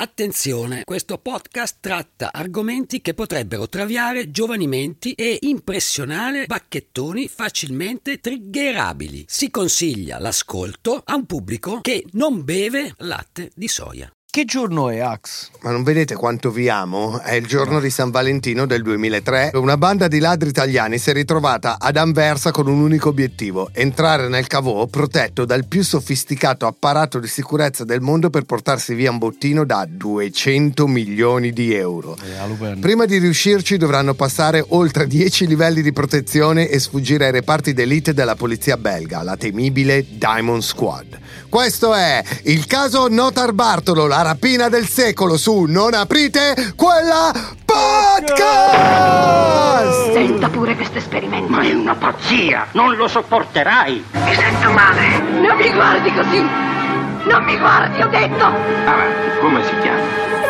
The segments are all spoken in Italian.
Attenzione, questo podcast tratta argomenti che potrebbero traviare giovani menti e impressionare bacchettoni facilmente triggerabili. Si consiglia l'ascolto a un pubblico che non beve latte di soia. Che giorno è, Ax? Ma non vedete quanto vi amo? È il giorno di San Valentino del 2003. Una banda di ladri italiani si è ritrovata ad Anversa con un unico obiettivo: entrare nel cavò protetto dal più sofisticato apparato di sicurezza del mondo per portarsi via un bottino da 200 milioni di euro. Prima di riuscirci dovranno passare oltre 10 livelli di protezione e sfuggire ai reparti d'elite della polizia belga, la temibile Diamond Squad. Questo è il caso Notar Bartolo, la rapina del secolo su Non aprite quella podcast! Senta pure questo esperimento. Ma è una pazzia, non lo sopporterai. Mi sento male. Non mi guardi così. Non mi guardi, ho detto. Avanti, come si chiama?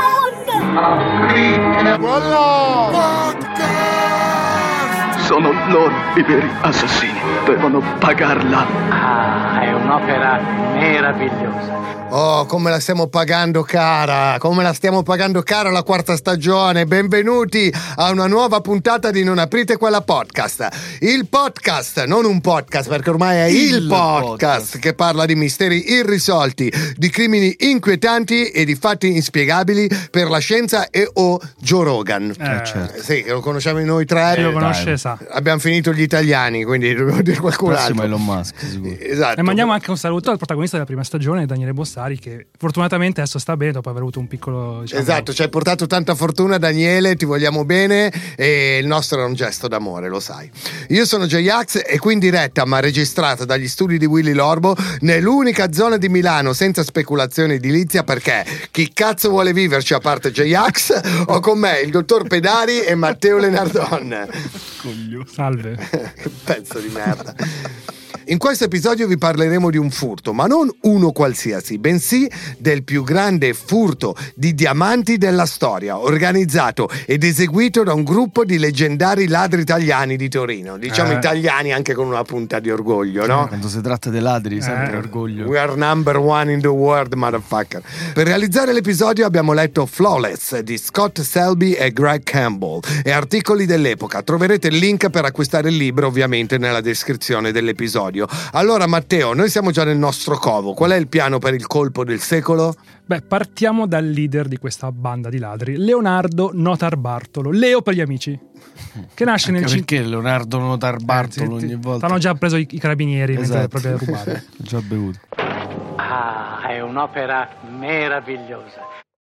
Aprite quella podcast! Sono loro i veri assassini. Devono pagarla. Ah, è un'opera meravigliosa. Oh, come la stiamo pagando cara, come la stiamo pagando cara la quarta stagione. Benvenuti a una nuova puntata di Non aprite quella podcast. Il podcast, non un podcast, perché ormai è il podcast che parla di misteri irrisolti, di crimini inquietanti e di fatti inspiegabili per la scienza e o Joe Rogan. Certo. Sì, che lo conosciamo noi tre. Lo conosce, sa. Abbiamo finito gli italiani, quindi dobbiamo dire qualcun altro. Elon Musk, sicuro. Esatto. E mandiamo anche un saluto al protagonista della prima stagione, Daniele Bossari, che fortunatamente adesso sta bene dopo aver avuto un piccolo, diciamo... Esatto, ci hai portato tanta fortuna, Daniele, ti vogliamo bene e il nostro è un gesto d'amore, lo sai. Io sono J-Ax e qui in diretta, ma registrata dagli studi di Willy Lorbo, nell'unica zona di Milano senza speculazione edilizia, perché chi cazzo vuole viverci a parte J-Ax o con me il dottor Pedari e Matteo Lenardon. Salve. Che pezzo di merda. In questo episodio vi parleremo di un furto, ma non uno qualsiasi, bensì del più grande furto di diamanti della storia, organizzato ed eseguito da un gruppo di leggendari ladri italiani di Torino. Diciamo italiani anche con una punta di orgoglio, no? Quando si tratta dei ladri, sempre orgoglio. We are number one in the world, motherfucker. Per realizzare l'episodio abbiamo letto Flawless di Scott Selby e Greg Campbell e articoli dell'epoca. Troverete il link per acquistare il libro ovviamente nella descrizione dell'episodio. Allora Matteo, noi siamo già nel nostro covo. Qual è il piano per il colpo del secolo? Beh, partiamo dal leader di questa banda di ladri, Leonardo Notar Bartolo, Leo per gli amici, che nasce nel... Perché Leonardo Notar Bartolo ogni volta? Hanno già preso i carabinieri, mentre proprio a rubare. Già bevuto. Ah, è un'opera meravigliosa.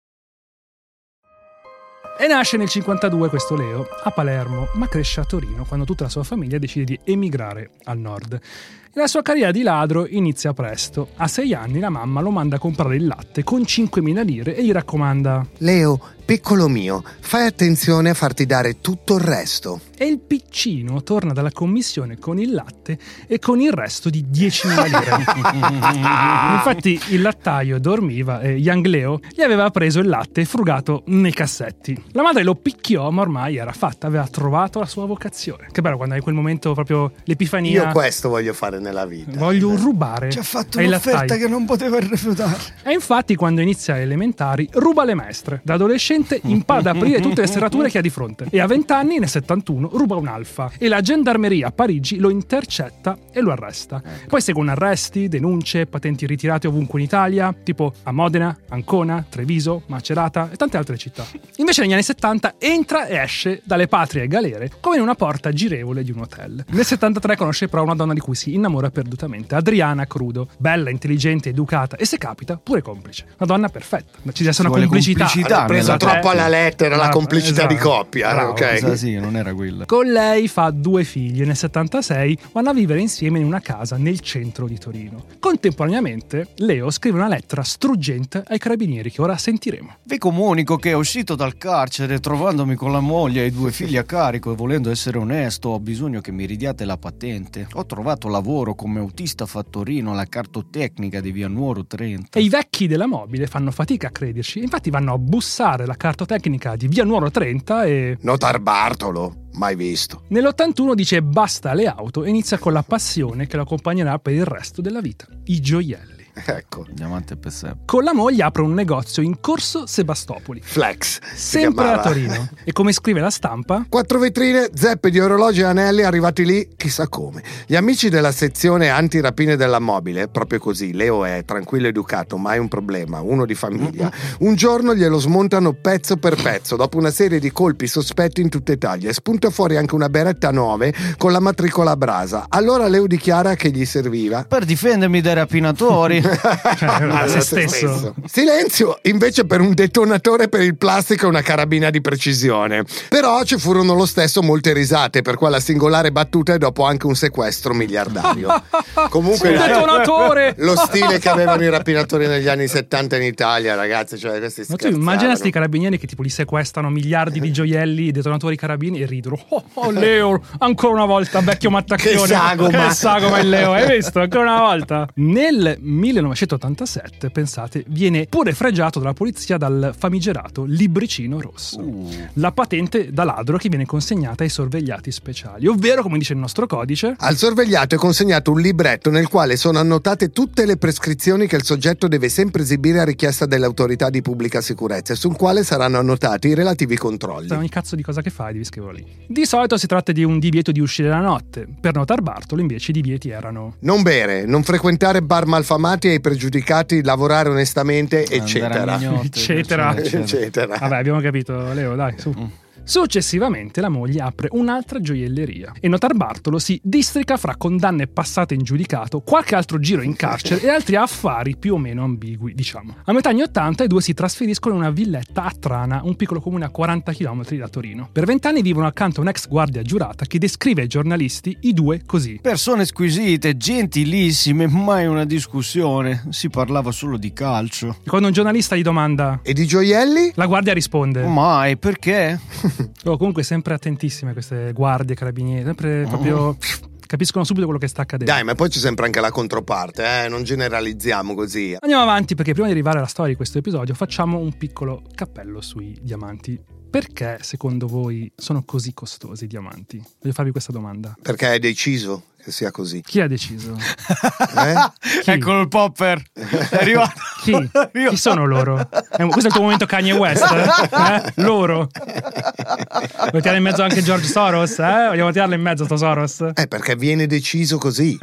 E nasce nel 52 questo Leo a Palermo, ma cresce a Torino quando tutta la sua famiglia decide di emigrare al nord. E la sua carriera di ladro inizia presto. A 6 anni la mamma lo manda a comprare il latte con 5.000 lire e gli raccomanda: Leo, piccolo mio, fai attenzione a farti dare tutto il resto. E il piccino torna dalla commissione con il latte e con il resto di 10.000 lire. Infatti il lattaio dormiva e Young Leo gli aveva preso il latte frugato nei cassetti. La madre lo picchiò, ma ormai era fatta, aveva trovato la sua vocazione. Che bello quando hai quel momento proprio l'epifania. Io questo voglio fare nella vita. Voglio rubare. Ci ha fatto ai un'offerta lattai. che non poteva rifiutare. E infatti quando inizia le elementari ruba le maestre. Da adolescente impara ad aprire tutte le serrature che ha di fronte. E a 20 anni, nel 71, ruba un Alfa. E la gendarmeria a Parigi lo intercetta e lo arresta. Poi seguono arresti, denunce, patenti ritirate ovunque in Italia, tipo a Modena, Ancona, Treviso, Macerata e tante altre città. Invece negli anni 70 entra e esce dalle patrie galere come in una porta girevole di un hotel. Nel 73 conosce però una donna di cui si innamora perdutamente, Adriana Crudo, bella, intelligente, educata e se capita pure complice. Una donna perfetta, ci deve essere una complicità. Hanno preso troppo alla lettera la complicità di coppia, bravo, ok? Sì, non era quella. Con lei fa 2 figli e nel 76 vanno a vivere insieme in una casa nel centro di Torino. Contemporaneamente Leo scrive una lettera struggente ai carabinieri che ora sentiremo. Vi comunico che uscito dal carcere trovandomi con la moglie e i 2 figli a carico e volendo essere onesto ho bisogno che mi ridiate la patente. Ho trovato lavoro come autista fattorino alla cartotecnica di Via Nuoro 30. E i vecchi della mobile fanno fatica a crederci, infatti vanno a bussare la cartotecnica di Via Nuoro 30 e... Notar Bartolo, mai visto. Nell'81 dice basta alle auto e inizia con la passione che lo accompagnerà per il resto della vita, i gioielli. Ecco. Diamante Pesebre. Con la moglie apre un negozio in Corso Sebastopoli, Flex. sempre a Torino. E come scrive la Stampa, 4 vetrine, zeppe di orologi e anelli arrivati lì chissà come. Gli amici della sezione antirapine della mobile, proprio così, Leo è tranquillo educato, mai un problema, uno di famiglia, un giorno glielo smontano pezzo per pezzo dopo una serie di colpi sospetti in tutte Italia e spunta fuori anche una Beretta 9 con la matricola a brasa. Allora Leo dichiara che gli serviva per difendermi dai rapinatori. a se stesso. Silenzio invece per un detonatore per il plastico e una carabina di precisione. Però ci furono lo stesso molte risate per quella singolare battuta e dopo anche un sequestro miliardario. Comunque un detonatore! Lo stile che avevano i rapinatori negli anni 70 in Italia, ragazzi, cioè questi Ma tu immagina sti carabinieri che tipo li sequestrano miliardi di gioielli, detonatori carabini e ridono. Oh Leo, ancora una volta vecchio mattacchione. Che sagoma il Leo, hai visto? Ancora una volta. Nel 1987, pensate, viene pure fregiato dalla polizia dal famigerato libricino rosso. La patente da ladro che viene consegnata ai sorvegliati speciali, ovvero, come dice il nostro codice, al sorvegliato è consegnato un libretto nel quale sono annotate tutte le prescrizioni che il soggetto deve sempre esibire a richiesta delle autorità di pubblica sicurezza e sul quale saranno annotati i relativi controlli. Ogni cazzo di cosa che fai devi scriverlo lì. Di solito si tratta di un divieto di uscire la notte. Per Notar Bartolo invece i divieti erano: non bere, non frequentare bar malfamati e ai pregiudicati, lavorare onestamente, eccetera. Eccetera. Vabbè, abbiamo capito, Leo, dai, su. Successivamente la moglie apre un'altra gioielleria e Notar Bartolo si districa fra condanne passate in giudicato, qualche altro giro in carcere e altri affari più o meno ambigui, diciamo. A metà anni 80 i due si trasferiscono in una villetta a Trana, un piccolo comune a 40 km da Torino. Per 20 anni vivono accanto a un'ex guardia giurata che descrive ai giornalisti i due così: persone squisite, gentilissime, mai una discussione, si parlava solo di calcio. E quando un giornalista gli domanda: e di gioielli? La guardia risponde: mai, perché? Comunque sempre attentissime queste guardie, carabinieri, sempre proprio capiscono subito quello che sta accadendo. Dai, ma poi c'è sempre anche la controparte, non generalizziamo così. Andiamo avanti, perché prima di arrivare alla storia di questo episodio facciamo un piccolo cappello sui diamanti. Perché secondo voi sono così costosi i diamanti? Voglio farvi questa domanda. Perché hai deciso che sia così. Chi ha deciso? Eccolo il popper. È arrivato. Chi sono loro? Questo è il tuo momento Kanye West? Loro? Vuoi tirare in mezzo anche George Soros? Vogliamo tirarlo in mezzo sto Soros? Perché viene deciso così.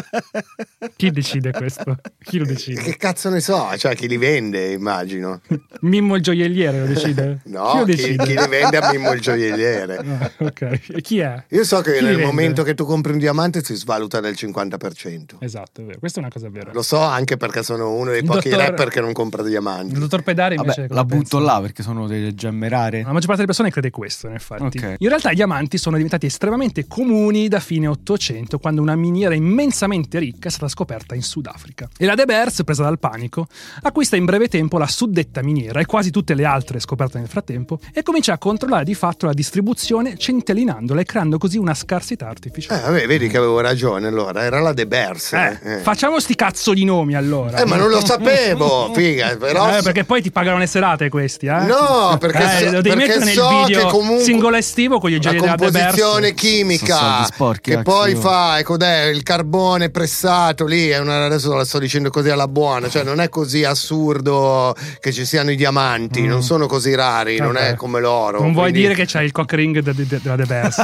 Chi decide questo? Chi lo decide? Che cazzo ne so? Cioè chi li vende, immagino. Mimmo il gioielliere lo decide? No, chi li vende a Mimmo il gioielliere. Ok, e chi è? Io so che chi nel momento che tu compri un diamante si svaluta del 50%. Esatto, è vero. Questa è una cosa vera. Lo so anche perché sono uno dei pochi rapper che non compra diamanti. Il dottor Pedari invece la butto là perché sono delle gemme rare. La maggior parte delle persone crede questo, infatti. Okay. In realtà i diamanti sono diventati estremamente comuni da fine 800, quando una miniera immensamente ricca è stata scoperta in Sudafrica. E la De Beers, presa dal panico, acquista in breve tempo la suddetta miniera e quasi tutte le altre scoperte nel frattempo e comincia a controllare di fatto la distribuzione, centellinandola e creando così una scarsità artificiale. Vedi che avevo ragione, allora era la De Beers. Facciamo sti cazzo di nomi allora. Ma non lo sapevo, figa, però perché poi ti pagano le serate questi, No, perché lo devi mettere nel video che comunque singolo estivo con gli oggetti della De Beers. La composizione chimica sporchi, che poi fa, il carbone pressato lì, adesso la sto dicendo così alla buona, cioè non è così assurdo che ci siano i diamanti, non sono così rari, non è come l'oro. Non vuoi dire che c'hai il cock ring della De Beers?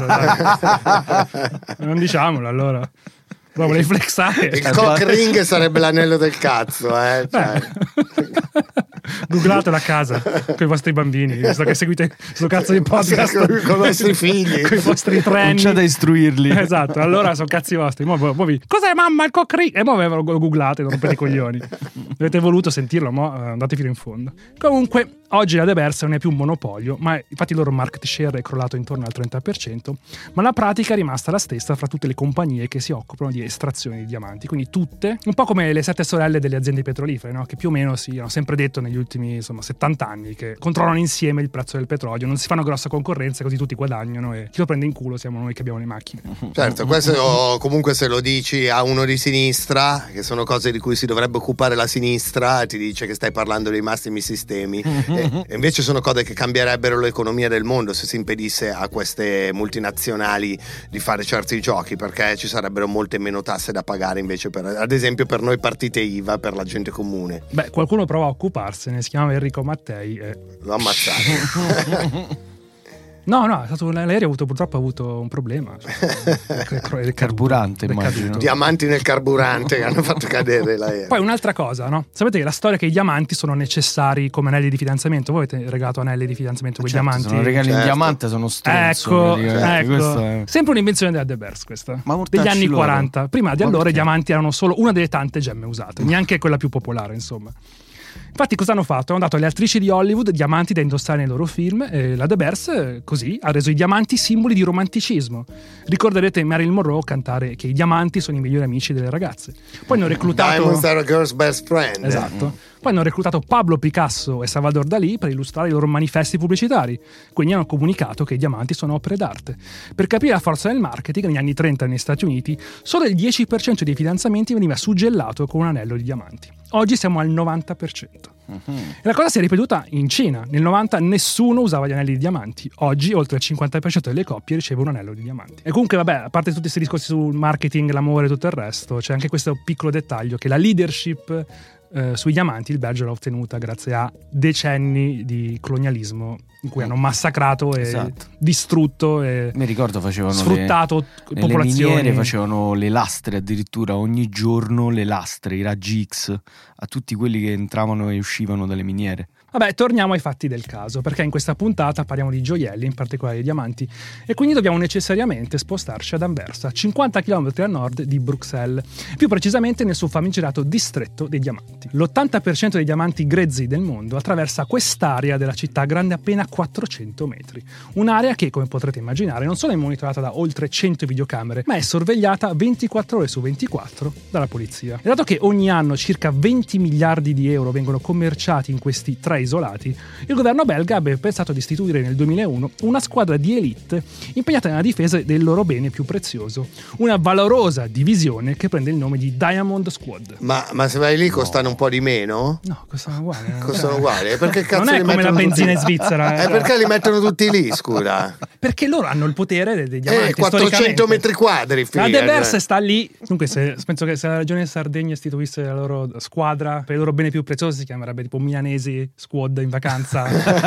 Non diciamolo allora. Lo volevi flexare? Il cock ring sarebbe l'anello del cazzo, cioè. Googlatelo a casa con i vostri bambini, visto che seguite questo cazzo di podcast con i vostri figli, con i vostri trenni. Non c'è da istruirli. Esatto, allora sono cazzi vostri. Cos'è mamma il cock ring? E mo lo googlate, non rompete i coglioni. Avete voluto sentirlo, mo andate fino in fondo. Comunque oggi la De Beers non è più un monopolio, ma infatti il loro market share è crollato intorno al 30%, ma la pratica è rimasta la stessa fra tutte le compagnie che si occupano di estrazione di diamanti, quindi tutte, un po' come le 7 sorelle delle aziende petrolifere, no? Che più o meno si hanno sempre detto negli ultimi 70 anni che controllano insieme il prezzo del petrolio, non si fanno grossa concorrenza, così tutti guadagnano e chi lo prende in culo siamo noi che abbiamo le macchine. Certo, questo comunque se lo dici a uno di sinistra, che sono cose di cui si dovrebbe occupare la sinistra, ti dice che stai parlando dei massimi sistemi e invece sono cose che cambierebbero l'economia del mondo se si impedisse a queste multinazionali di fare certi giochi, perché ci sarebbero molte meno tasse da pagare invece ad esempio per noi partite IVA, per la gente comune. Beh, qualcuno prova a occuparsene, si chiama Enrico Mattei e... l'ho ammazzato. No, è stato l'aereo purtroppo ha avuto un problema. Il carburante, immagino. Diamanti nel carburante che hanno fatto cadere l'aereo. Poi un'altra cosa, no? Sapete che la storia che i diamanti sono necessari come anelli di fidanzamento. Voi avete regalato anelli di fidanzamento con i diamanti? Se non regali in diamante sono stronzo. Ecco. È sempre un'invenzione della De Beers questa. Ma degli anni loro. 40. Prima di allora i diamanti erano solo una delle tante gemme usate, neanche quella più popolare, insomma. Infatti cosa hanno fatto? Hanno dato alle attrici di Hollywood diamanti da indossare nei loro film e la De Beers così ha reso i diamanti simboli di romanticismo. Ricorderete Marilyn Monroe cantare che i diamanti sono i migliori amici delle ragazze. Poi hanno reclutato Diamonds are a girl's best friend. Esatto. Poi hanno reclutato Pablo Picasso e Salvador Dalì per illustrare i loro manifesti pubblicitari. Quindi hanno comunicato che i diamanti sono opere d'arte. Per capire la forza del marketing, negli anni 30 negli Stati Uniti, solo il 10% dei fidanzamenti veniva suggellato con un anello di diamanti. Oggi siamo al 90%. E la cosa si è ripetuta in Cina. Nel 90 nessuno usava gli anelli di diamanti. Oggi oltre il 50% delle coppie riceve un anello di diamanti. E comunque vabbè, a parte tutti questi discorsi sul marketing, l'amore e tutto il resto, c'è anche questo piccolo dettaglio che la leadership sui diamanti il Belgio l'ha ottenuta grazie a decenni di colonialismo in cui hanno massacrato e distrutto e mi ricordo facevano sfruttato popolazioni. Le miniere facevano le lastre addirittura ogni giorno, le lastre, i raggi X a tutti quelli che entravano e uscivano dalle miniere. Vabbè, torniamo ai fatti del caso, perché in questa puntata parliamo di gioielli, in particolare di diamanti, e quindi dobbiamo necessariamente spostarci ad Anversa, 50 km a nord di Bruxelles, più precisamente nel suo famigerato distretto dei diamanti. L'80% dei diamanti grezzi del mondo attraversa quest'area della città grande appena 400 metri. Un'area che, come potrete immaginare, non solo è monitorata da oltre 100 videocamere, ma è sorvegliata 24 ore su 24 dalla polizia. E dato che ogni anno circa 20 miliardi di euro vengono commerciati in questi tre isolati, il governo belga aveva pensato di istituire nel 2001 una squadra di elite impegnata nella difesa del loro bene più prezioso, una valorosa divisione che prende il nome di Diamond Squad. Ma se vai lì costano un po' di meno? No, costano uguali. Costano uguali? Perché cazzo non è come la benzina in Svizzera. Perché li mettono tutti lì, scusa? Perché loro hanno il potere dei diamanti. 400 metri quadri. La De Beers sta lì. Comunque penso che se la regione Sardegna istituisse la loro squadra per il loro bene più prezioso si chiamerebbe tipo Milanesi Squad in vacanza.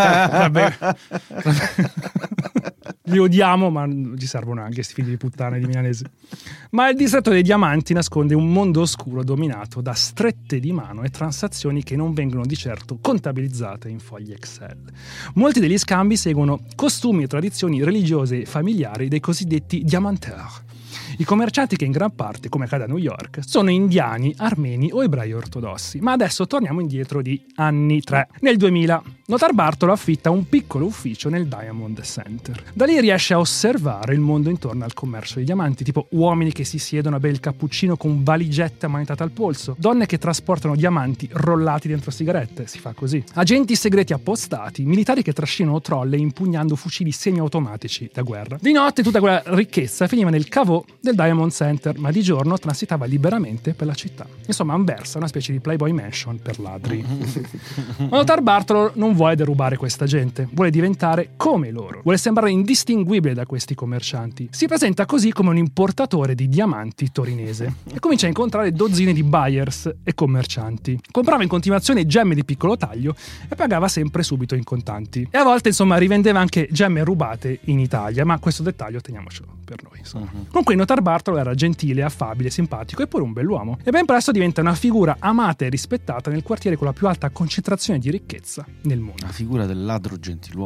Li odiamo, ma ci servono anche questi figli di puttana di milanesi. Ma il distretto dei diamanti nasconde un mondo oscuro dominato da strette di mano e transazioni che non vengono di certo contabilizzate in fogli Excel. Molti degli scambi seguono costumi e tradizioni religiose e familiari dei cosiddetti diamanteurs. I commercianti, che in gran parte, come accade a New York, sono indiani, armeni o ebrei ortodossi. Ma adesso torniamo indietro di anni 3. Nel 2000, Notarbartolo affitta un piccolo ufficio nel Diamond Center. Da lì riesce a osservare il mondo intorno al commercio di diamanti, tipo uomini che si siedono a bere il cappuccino con valigette ammanetate al polso, donne che trasportano diamanti rollati dentro sigarette, si fa così, agenti segreti appostati, militari che trascinano trolle impugnando fucili semiautomatici da guerra. Di notte tutta quella ricchezza finiva nel caveau del Diamond Center, ma di giorno transitava liberamente per la città. Insomma, Anversa, una specie di Playboy Mansion per ladri. Ma Notarbartolo non vuole derubare questa gente, vuole diventare come loro, vuole sembrare indistinguibile da questi commercianti. Si presenta così come un importatore di diamanti torinese e comincia a incontrare dozzine di buyers e commercianti. Comprava in continuazione gemme di piccolo taglio e pagava sempre subito in contanti. E a volte, insomma, rivendeva anche gemme rubate in Italia, ma questo dettaglio teniamocelo per noi, insomma. Comunque Notarbartolo era gentile, affabile, simpatico e pure un bell'uomo. E ben presto diventa una figura amata e rispettata nel quartiere con la più alta concentrazione di ricchezza nel mondo. La figura del ladro gentiluomo.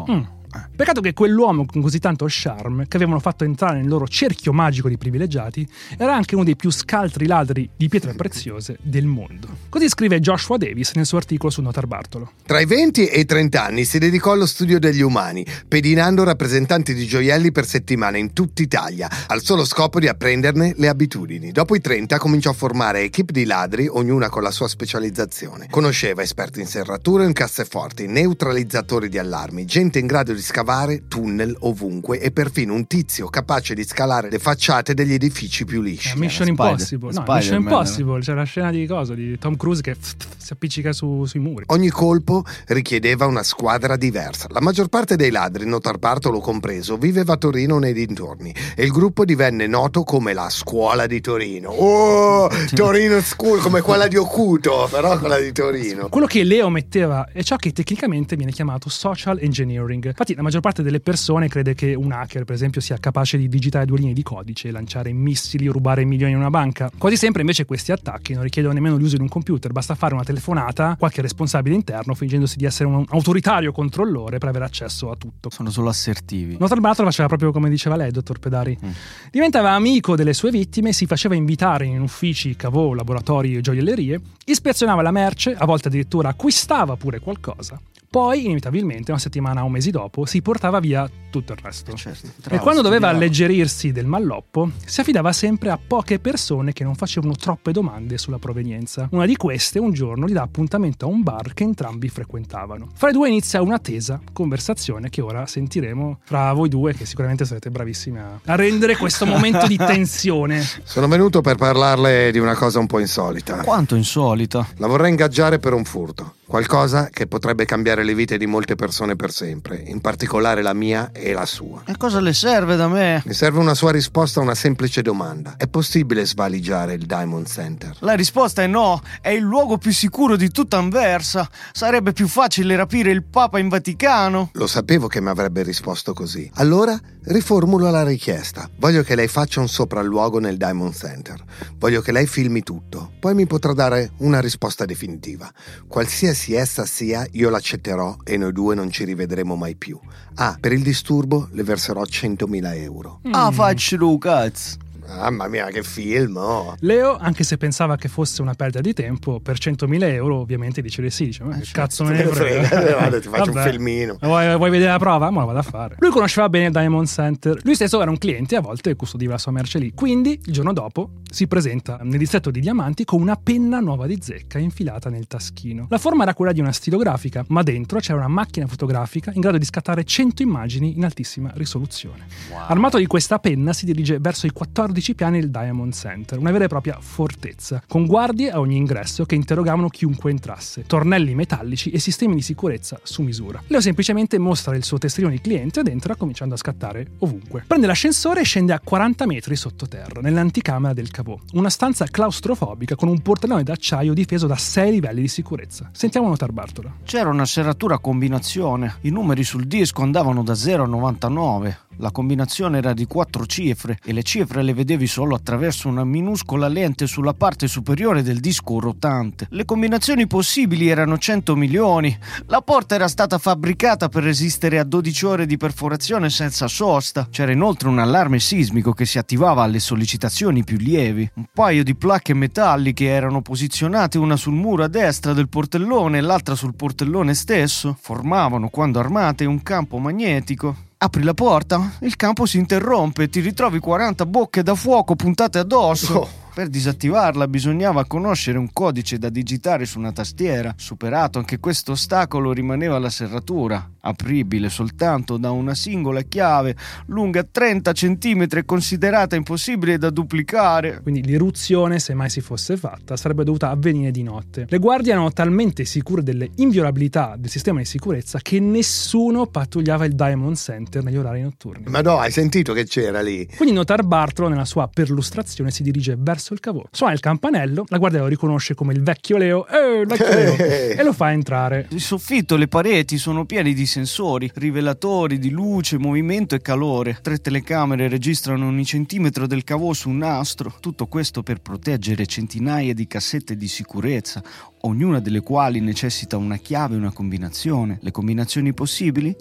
Peccato che quell'uomo con così tanto charme, che avevano fatto entrare nel loro cerchio magico di privilegiati, era anche uno dei più scaltri ladri di pietre preziose del mondo. Così scrive Joshua Davis nel suo articolo su Notarbartolo. Tra i 20 e i 30 anni si dedicò allo studio degli umani, pedinando rappresentanti di gioielli per settimana in tutta Italia, al solo scopo di apprenderne le abitudini. Dopo i 30 cominciò a formare equip di ladri, ognuna con la sua specializzazione. Conosceva esperti in serrature o in casseforti, neutralizzatori di allarmi, gente in grado di scavare tunnel ovunque e perfino un tizio capace di scalare le facciate degli edifici più lisci. Mission Impossible. No, Mission Impossible, c'è la scena di Tom Cruise che si appiccica sui muri. Ogni colpo richiedeva una squadra diversa. La maggior parte dei ladri, Notarbartolo compreso, viveva a Torino nei dintorni e il gruppo divenne noto come la Scuola di Torino. Oh, Torino School, come quella di Ocuto, però quella di Torino. Quello che Leo metteva è ciò che tecnicamente viene chiamato social engineering. Infatti la maggior parte delle persone crede che un hacker, per esempio, sia capace di digitare 2 linee di codice, lanciare missili o rubare milioni in una banca. Quasi sempre invece questi attacchi non richiedono nemmeno l'uso di un computer, basta fare una telefonata a qualche responsabile interno fingendosi di essere un autoritario controllore per avere accesso a tutto. Sono solo assertivi. Notarbartolo faceva proprio come diceva lei, dottor Pedari. Diventava amico delle sue vittime, si faceva invitare in uffici, cavò, laboratori e gioiellerie, ispezionava la merce, a volte addirittura acquistava pure qualcosa. Poi, inevitabilmente, una settimana o mesi dopo, si portava via tutto il resto. E quando doveva alleggerirsi del malloppo, si affidava sempre a poche persone che non facevano troppe domande sulla provenienza. Una di queste, un giorno, gli dà appuntamento a un bar che entrambi frequentavano. Fra i due inizia una tesa conversazione che ora sentiremo fra voi due, che sicuramente sarete bravissimi a rendere questo momento di tensione. Sono venuto per parlarle di una cosa un po' insolita. Quanto insolita? La vorrei ingaggiare per un furto. Qualcosa che potrebbe cambiare le vite di molte persone per sempre, in particolare la mia e la sua. E cosa le serve da me? Mi serve una sua risposta a una semplice domanda. È possibile svaligiare il Diamond Center? La risposta è no. È il luogo più sicuro di tutta Anversa. Sarebbe più facile rapire il Papa in Vaticano. Lo sapevo che mi avrebbe risposto così. Allora riformulo la richiesta. Voglio che lei faccia un sopralluogo nel Diamond Center. Voglio che lei filmi tutto. Poi mi potrà dare una risposta definitiva. Qualsiasi essa sia, io l'accetterò e noi due non ci rivedremo mai più. Per il disturbo le verserò 100.000 euro. Faccio cazzo. Mamma mia, che film, oh. Leo, anche se pensava che fosse una perdita di tempo, per 100.000 euro ovviamente dice sì, dice, che cazzo me ne frega. Ti faccio un filmino. Vuoi vedere la prova? Ma la vado a fare. Lui conosceva bene il Diamond Center, lui stesso era un cliente e a volte custodiva la sua merce lì, quindi il giorno dopo si presenta nel distretto di diamanti con una penna nuova di zecca infilata nel taschino. La forma era quella di una stilografica, ma dentro c'era una macchina fotografica in grado di scattare 100 immagini in altissima risoluzione. Armato di questa penna si dirige verso i 14 piani del Diamond Center, una vera e propria fortezza, con guardie a ogni ingresso che interrogavano chiunque entrasse, tornelli metallici e sistemi di sicurezza su misura. Leo semplicemente mostra il suo testino di cliente ed entra cominciando a scattare ovunque. Prende l'ascensore e scende a 40 metri sottoterra, nell'anticamera del cavò, una stanza claustrofobica con un portellone d'acciaio difeso da 6 livelli di sicurezza. Sentiamo Notarbartolo. C'era una serratura a combinazione, i numeri sul disco andavano da 0 a 99. La combinazione era di 4 cifre e le cifre le vedevi solo attraverso una minuscola lente sulla parte superiore del disco rotante. Le combinazioni possibili erano 100 milioni. La porta era stata fabbricata per resistere a 12 ore di perforazione senza sosta. C'era inoltre un allarme sismico che si attivava alle sollecitazioni più lievi. Un paio di placche metalliche erano posizionate una sul muro a destra del portellone e l'altra sul portellone stesso. Formavano, quando armate, un campo magnetico. Apri la porta, il campo si interrompe e ti ritrovi 40 bocche da fuoco puntate addosso. Per disattivarla bisognava conoscere un codice da digitare su una tastiera. Superato anche questo ostacolo rimaneva la serratura, apribile soltanto da una singola chiave, lunga 30 centimetri e considerata impossibile da duplicare. Quindi l'irruzione, se mai si fosse fatta, sarebbe dovuta avvenire di notte. Le guardie erano talmente sicure delle inviolabilità del sistema di sicurezza che nessuno pattugliava il Diamond Center negli orari notturni. Ma no, hai sentito che c'era lì? Quindi Notarbartolo, nella sua perlustrazione, si dirige verso verso il cavò. Suona il campanello, la guardia lo riconosce come il vecchio Leo, e lo fa entrare. Il soffitto e le pareti sono pieni di sensori, rivelatori di luce, movimento e calore. 3 telecamere registrano ogni centimetro del cavò su un nastro. Tutto questo per proteggere centinaia di cassette di sicurezza, ognuna delle quali necessita una chiave e una combinazione. Le combinazioni possibili?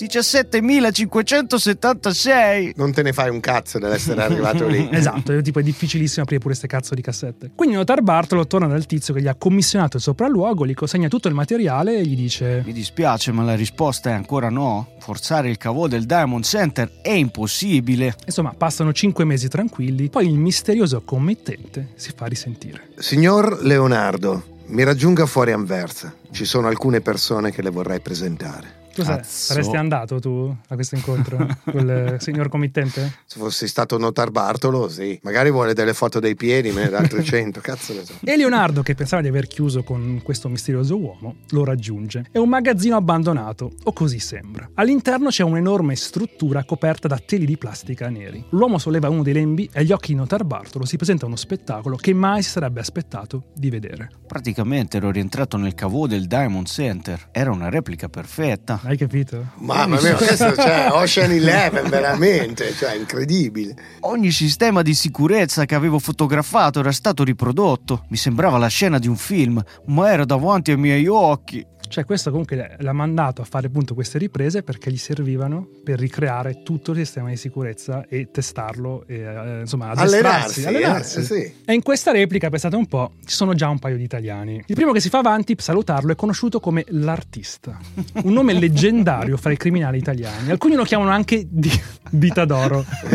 17.576! Non te ne fai un cazzo dell'essere arrivato lì. Esatto, tipo è difficilissimo aprire pure queste cazzo di cassette. Quindi Notarbartolo torna dal tizio che gli ha commissionato il sopralluogo, gli consegna tutto il materiale e gli dice: mi dispiace, ma la risposta è ancora no. Forzare il cavò del Diamond Center è impossibile. Insomma, passano 5 mesi tranquilli, poi il misterioso committente si fa risentire. Signor Leonardo, mi raggiunga fuori Anversa. Ci sono alcune persone che le vorrei presentare. Tu saresti andato tu a questo incontro col signor committente? Se fossi stato Notarbartolo, sì. Magari vuole delle foto dei piedi, me ne dà altre 100, cazzo ne so. E Leonardo, che pensava di aver chiuso con questo misterioso uomo, lo raggiunge. È un magazzino abbandonato, o così sembra. All'interno c'è un'enorme struttura coperta da teli di plastica neri. L'uomo solleva uno dei lembi e agli occhi di Notarbartolo si presenta uno spettacolo che mai si sarebbe aspettato di vedere. Praticamente ero rientrato nel cavò del Diamond Center. Era una replica perfetta. Hai capito? Mamma mia, questo Ocean 11, veramente, incredibile. Ogni sistema di sicurezza che avevo fotografato era stato riprodotto. Mi sembrava la scena di un film, ma era davanti ai miei occhi. Cioè questo comunque l'ha mandato a fare appunto queste riprese perché gli servivano per ricreare tutto il sistema di sicurezza e testarlo e insomma allenarsi. Sì. E in questa replica, pensate un po', ci sono già un paio di italiani. Il primo che si fa avanti per salutarlo è conosciuto come l'Artista, un nome leggendario fra i criminali italiani. Alcuni lo chiamano anche Dita d'Oro. Che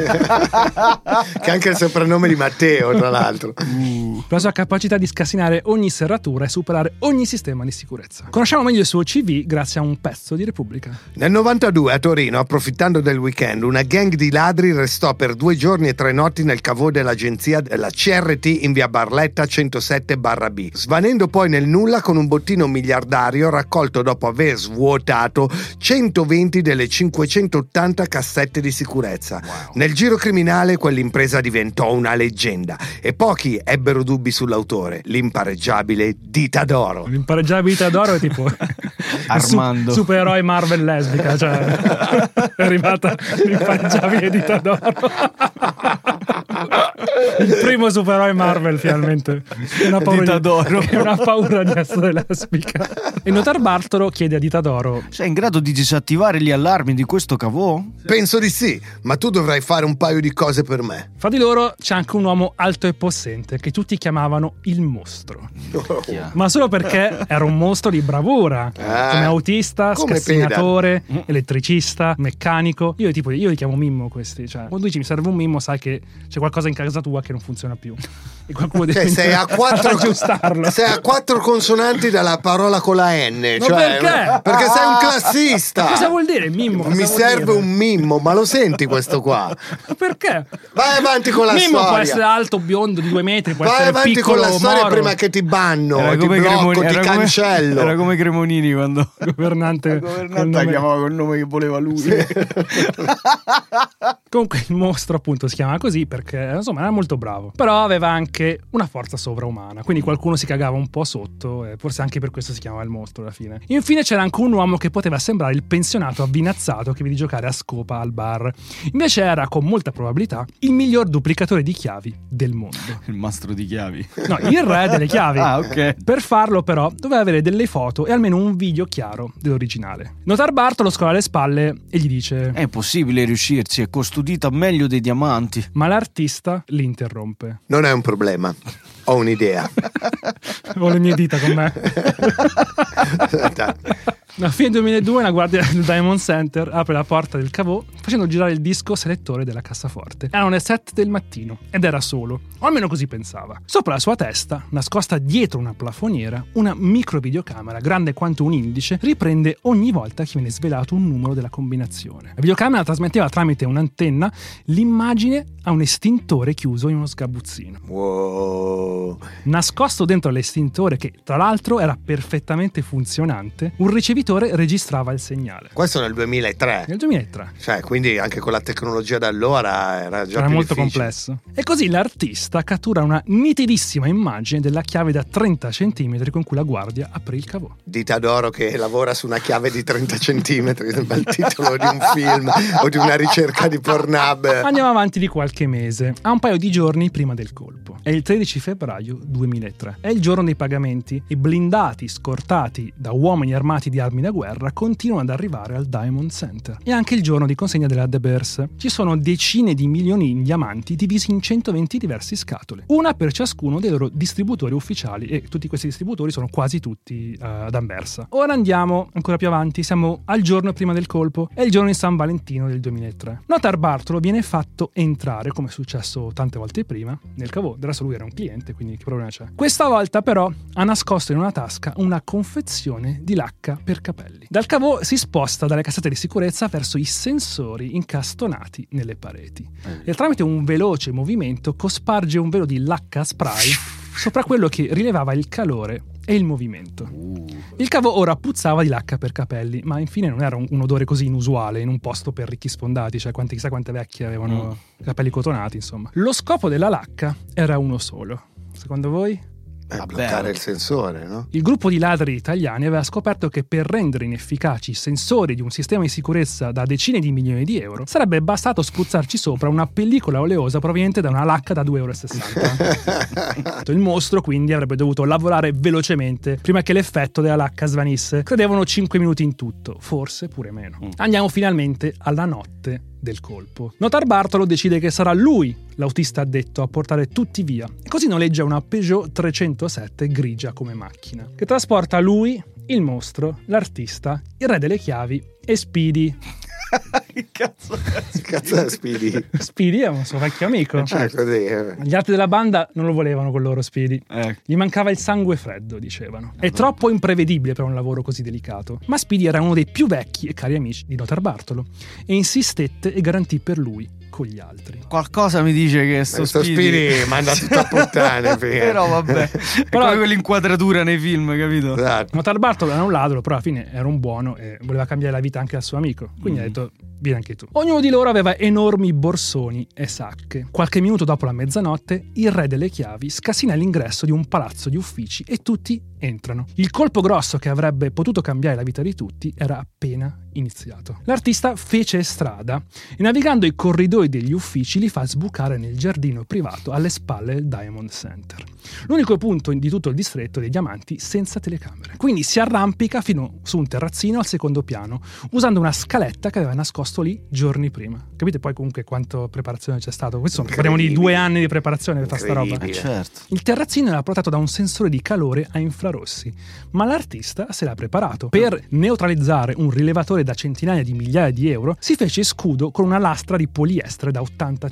è anche il soprannome di Matteo, tra l'altro. Per la sua capacità di scassinare ogni serratura e superare ogni sistema di sicurezza. Conosciamo meglio il suo CV grazie a un pezzo di Repubblica. Nel 92 a Torino, approfittando del weekend, una gang di ladri restò per 2 giorni e 3 notti nel cavò dell'agenzia della CRT in via Barletta 107/B, svanendo poi nel nulla con un bottino miliardario raccolto dopo aver svuotato 120 delle 580 cassette di sicurezza. Wow. Nel giro criminale quell'impresa diventò una leggenda e pochi ebbero dubbi sull'autore, l'impareggiabile Dita d'Oro. L'impareggiabile Dita d'Oro è tipo Armando, supereroe Marvel lesbica, cioè è arrivata l'impareggiabile Dita d'Oro. Il primo supereroe Marvel finalmente. Dita d'Oro. Che non ha paura di essere lesbica. E Notarbartolo chiede a Dita d'Oro: sei in grado di disattivare gli allarmi di questo cavò? Penso di sì, ma tu dovrai fare un paio di cose per me. Fra di loro c'è anche un uomo alto e possente che tutti chiamavano il mostro. Ma solo perché era un mostro di bravura, come autista, come scassinatore, elettricista, meccanico. Io li chiamo Mimmo questi, cioè quando dici mi serve un Mimmo sai che c'è qualcosa in casa tua che non funziona più e qualcuno deve sei a 4 aggiustarlo. Sei a 4 consonanti dalla parola con la N. Ma perché? Perché sei un classista. Cosa vuol dire Mimmo? Mi serve un Mimmo, ma lo senti questo qua? Perché? Vai avanti con la Mimmo storia. Può essere alto, biondo, di 2 metri, può Vai essere avanti piccolo, con la storia moro. prima che ti banno, ti blocco, ti cancello. Era come Cremonini quando governante la chiamava col nome che voleva lui. Sì. Comunque il mostro appunto si chiama così perché insomma era molto bravo, però aveva anche una forza sovraumana, quindi qualcuno si cagava un po' sotto e forse anche per questo si chiamava il mostro alla fine. Infine c'era anche un uomo che poteva sembrare il pensionato avvinazzato che vedi giocare a scopa al bar, invece era con molta probabilità il miglior duplicatore di chiavi del mondo. Il mastro di chiavi. No, il re delle chiavi. Ah, ok. Per farlo però doveva avere delle foto e almeno un video chiaro dell'originale. Notarbartolo scola le spalle e gli dice: è impossibile riuscirci, è custodita meglio dei diamanti. Ma l'artista li interrompe. Non è un problema, ho un'idea. Ho le mie dita con me. A fine 2002 una guardia del Diamond Center apre la porta del cavò facendo girare il disco selettore della cassaforte. Erano le 7 del mattino ed era solo, o almeno così pensava. Sopra la sua testa, nascosta dietro una plafoniera, una micro videocamera grande quanto un indice riprende ogni volta che viene svelato un numero della combinazione. La videocamera trasmetteva tramite un'antenna l'immagine a un estintore chiuso in uno sgabuzzino. Wow. Nascosto dentro l'estintore, che tra l'altro era perfettamente funzionante, un ricevitore ricevitore registrava il segnale. Questo nel 2003. Nel 2003. Cioè, quindi anche con la tecnologia da allora era già Era più molto difficile. complesso. E così l'artista cattura una nitidissima immagine della chiave da 30 cm con cui la guardia aprì il cavò. Dita d'oro che lavora su una chiave di 30 centimetri, sembra il titolo di un film o di una ricerca di Pornhub. Andiamo avanti di qualche mese, a un paio di giorni prima del colpo. È il 13 febbraio 2003. È il giorno dei pagamenti e blindati scortati da uomini armati di armi da guerra continuano ad arrivare al Diamond Center. È anche il giorno di consegna della De Beers. Ci sono decine di milioni di diamanti divisi in 120 diverse scatole, una per ciascuno dei loro distributori ufficiali, e tutti questi distributori sono quasi tutti ad Anversa. Ora andiamo ancora più avanti, siamo al giorno prima del colpo, è il giorno di San Valentino del 2003. Notarbartolo viene fatto entrare, come è successo tante volte prima, nel cavò. Adesso lui era un cliente, quindi che problema c'è? Questa volta però ha nascosto in una tasca una confezione di lacca per capelli. Dal cavò si sposta dalle cassette di sicurezza verso i sensori incastonati nelle pareti e tramite un veloce movimento cosparge un velo di lacca spray sopra quello che rilevava il calore e il movimento. Il cavò ora puzzava di lacca per capelli, ma infine non era un odore così inusuale in un posto per ricchi sfondati, cioè chissà quante vecchie avevano capelli cotonati, insomma. Lo scopo della lacca era uno solo. Secondo voi? Bloccare il sensore, no? Il gruppo di ladri italiani aveva scoperto che per rendere inefficaci i sensori di un sistema di sicurezza da decine di milioni di euro sarebbe bastato spruzzarci sopra una pellicola oleosa proveniente da una lacca da 2,60 €. Il mostro quindi avrebbe dovuto lavorare velocemente prima che l'effetto della lacca svanisse. Credevano 5 minuti in tutto, forse pure meno. Andiamo finalmente alla notte del colpo. Notarbartolo decide che sarà lui l'autista addetto a portare tutti via e così noleggia una Peugeot 307 grigia come macchina che trasporta lui, il mostro, l'artista, il re delle chiavi e Speedy. Che cazzo Cazzo è Speedy? Speedy è un suo vecchio amico. Così. Gli altri della banda non lo volevano con loro Speedy. Ecco. Gli mancava il sangue freddo, dicevano. È troppo imprevedibile per un lavoro così delicato. Ma Speedy era uno dei più vecchi e cari amici di Notarbartolo e insistette e garantì per lui con gli altri. Qualcosa mi dice che sto Speedy manda tutto a puttane. Però vabbè, però è quell'inquadratura nei film, capito? Esatto. Notarbartolo era un ladro, però alla fine era un buono e voleva cambiare la vita anche al suo amico. Quindi ha detto: vieni anche tu. Ognuno di loro aveva enormi borsoni e sacche. Qualche minuto dopo la mezzanotte, il re delle chiavi scassina l'ingresso di un palazzo di uffici e tutti entrano. Il colpo grosso che avrebbe potuto cambiare la vita di tutti era appena iniziato. L'artista fece strada e navigando i corridoi degli uffici li fa sbucare nel giardino privato alle spalle del Diamond Center. L'unico punto di tutto il distretto dei diamanti senza telecamere. Quindi si arrampica fino su un terrazzino al secondo piano, usando una scaletta che aveva nascosto lì giorni prima. Capite poi comunque quanto preparazione c'è stato? Parliamo di 2 anni di preparazione per fare sta roba. Certo. Il terrazzino era protetto da un sensore di calore a infrarossi, ma l'artista se l'ha preparato. Per neutralizzare un rilevatore da centinaia di migliaia di euro, si fece scudo con una lastra di poliestere da 80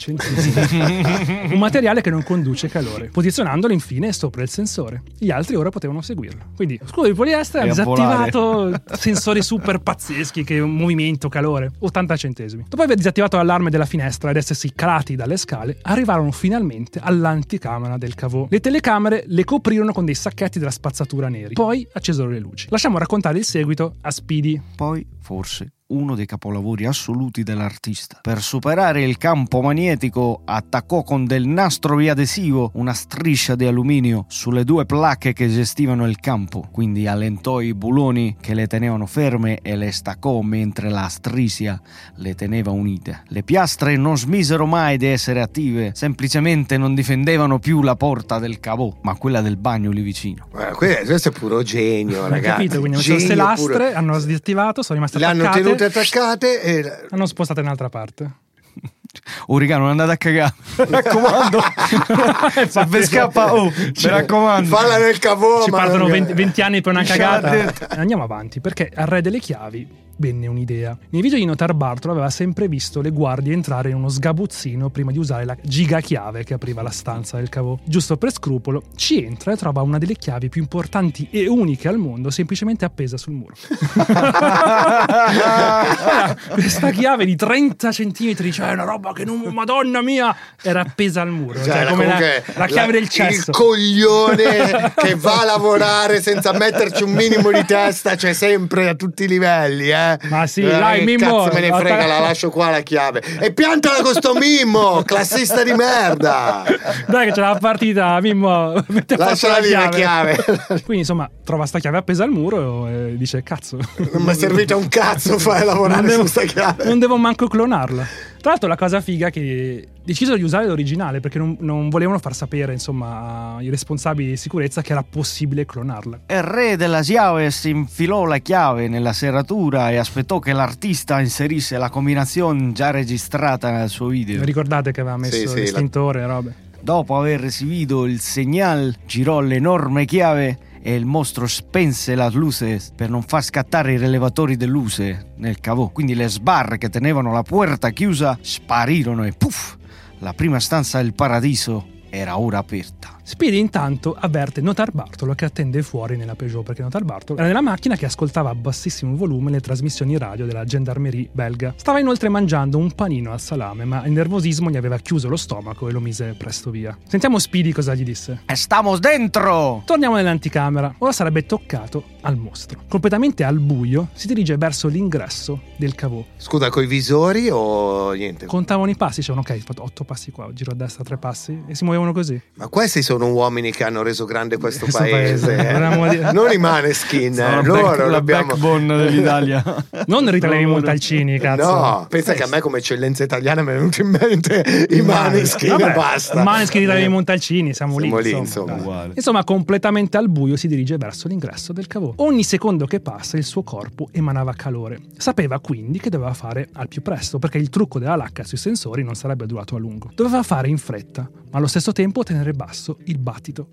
cm, un materiale che non conduce calore, posizionandolo infine sopra il sensore. Gli altri ora potevano seguirlo. Quindi scudo di poliestere ha disattivato sensori super pazzeschi che movimento, calore, 80 centesimi. Dopo aver disattivato l'allarme della finestra ed essersi calati dalle scale, arrivarono finalmente all'anticamera del cavò. Le telecamere le coprirono con dei sacchetti della spazzatura neri. Poi accesero le luci. Lasciamo raccontare il seguito a Speedy. Poi, forse, uno dei capolavori assoluti dell'artista. Per superare il campo magnetico attaccò con del nastro biadesivo una striscia di alluminio sulle 2 placche che gestivano il campo, quindi allentò i buloni che le tenevano ferme e le staccò mentre la striscia le teneva unite. Le piastre non smisero mai di essere attive, semplicemente non difendevano più la porta del cavò, ma quella del bagno lì vicino. Questo è puro genio, ragazzi. Capito? Quindi hanno messo queste lastre, hanno disattivato, sono rimaste attaccate. L'hanno tenute attaccate e hanno spostato in un'altra parte. Origano, non andate a cagare, mi raccomando. Se vi scappa, mi raccomando, falla nel cavò. Ci partono 20 anni per una cagata. Andiamo avanti, perché al re delle chiavi venne un'idea. Nei video di Notarbartolo aveva sempre visto le guardie entrare in uno sgabuzzino prima di usare la gigachiave che apriva la stanza del cavò. Giusto per scrupolo, ci entra e trova una delle chiavi più importanti e uniche al mondo semplicemente appesa sul muro. Questa chiave di 30 centimetri, cioè una roba che non, madonna mia, era appesa al muro, cioè come la chiave del cesso. Il coglione che va a lavorare senza metterci un minimo di testa, c'è sempre a tutti i livelli, Ma sì, dai, Mimmo, cazzo me ne frega, la lascio qua la chiave e piantala con sto Mimmo, classista di merda. Dai che c'è la partita, Mimmo, lasciala lì la chiave. Quindi insomma trova sta chiave appesa al muro e dice cazzo, non mi è servita un cazzo fare lavorare su sta chiave, non devo manco clonarla. Tra l'altro la cosa figa è che decisero di usare l'originale perché non volevano far sapere insomma ai responsabili di sicurezza che era possibile clonarla. Il re della chiave si infilò la chiave nella serratura e aspettò che l'artista inserisse la combinazione già registrata nel suo video. Ricordate che aveva messo l'estintore e robe. Dopo aver esibito il segnale, girò l'enorme chiave e il mostro spense la luce per non far scattare i rilevatori di luce nel cavò. Quindi le sbarre che tenevano la porta chiusa sparirono e puff, la prima stanza del paradiso era ora aperta. Speedy intanto avverte Notarbartolo che attende fuori nella Peugeot, perché Notarbartolo era nella macchina che ascoltava a bassissimo volume le trasmissioni radio della gendarmerie belga. Stava inoltre mangiando un panino al salame, ma il nervosismo gli aveva chiuso lo stomaco e lo mise presto via. Sentiamo Speedy cosa gli disse. Estamos dentro! Torniamo nell'anticamera. Ora sarebbe toccato al mostro. Completamente al buio si dirige verso l'ingresso del cavò. Scusa, coi visori o niente? Contavano i passi, dicevano ok, ho fatto 8 passi qua, giro a destra 3 passi e si muovevano così. Ma questi sono uomini che hanno reso grande questo paese. Non i Maneskin, loro la backbone dell'Italia. Non Rita Montalcini, cazzo. No, pensa che a me come eccellenza italiana mi è venuto in mente i Maneskin e basta. Maneskin Rita Montalcini, siamo lì insomma. Insomma, completamente al buio si dirige verso l'ingresso del cavò. Ogni secondo che passa il suo corpo emanava calore. Sapeva quindi che doveva fare al più presto, perché il trucco della lacca sui sensori non sarebbe durato a lungo. Doveva fare in fretta, ma allo stesso tempo tenere basso il battito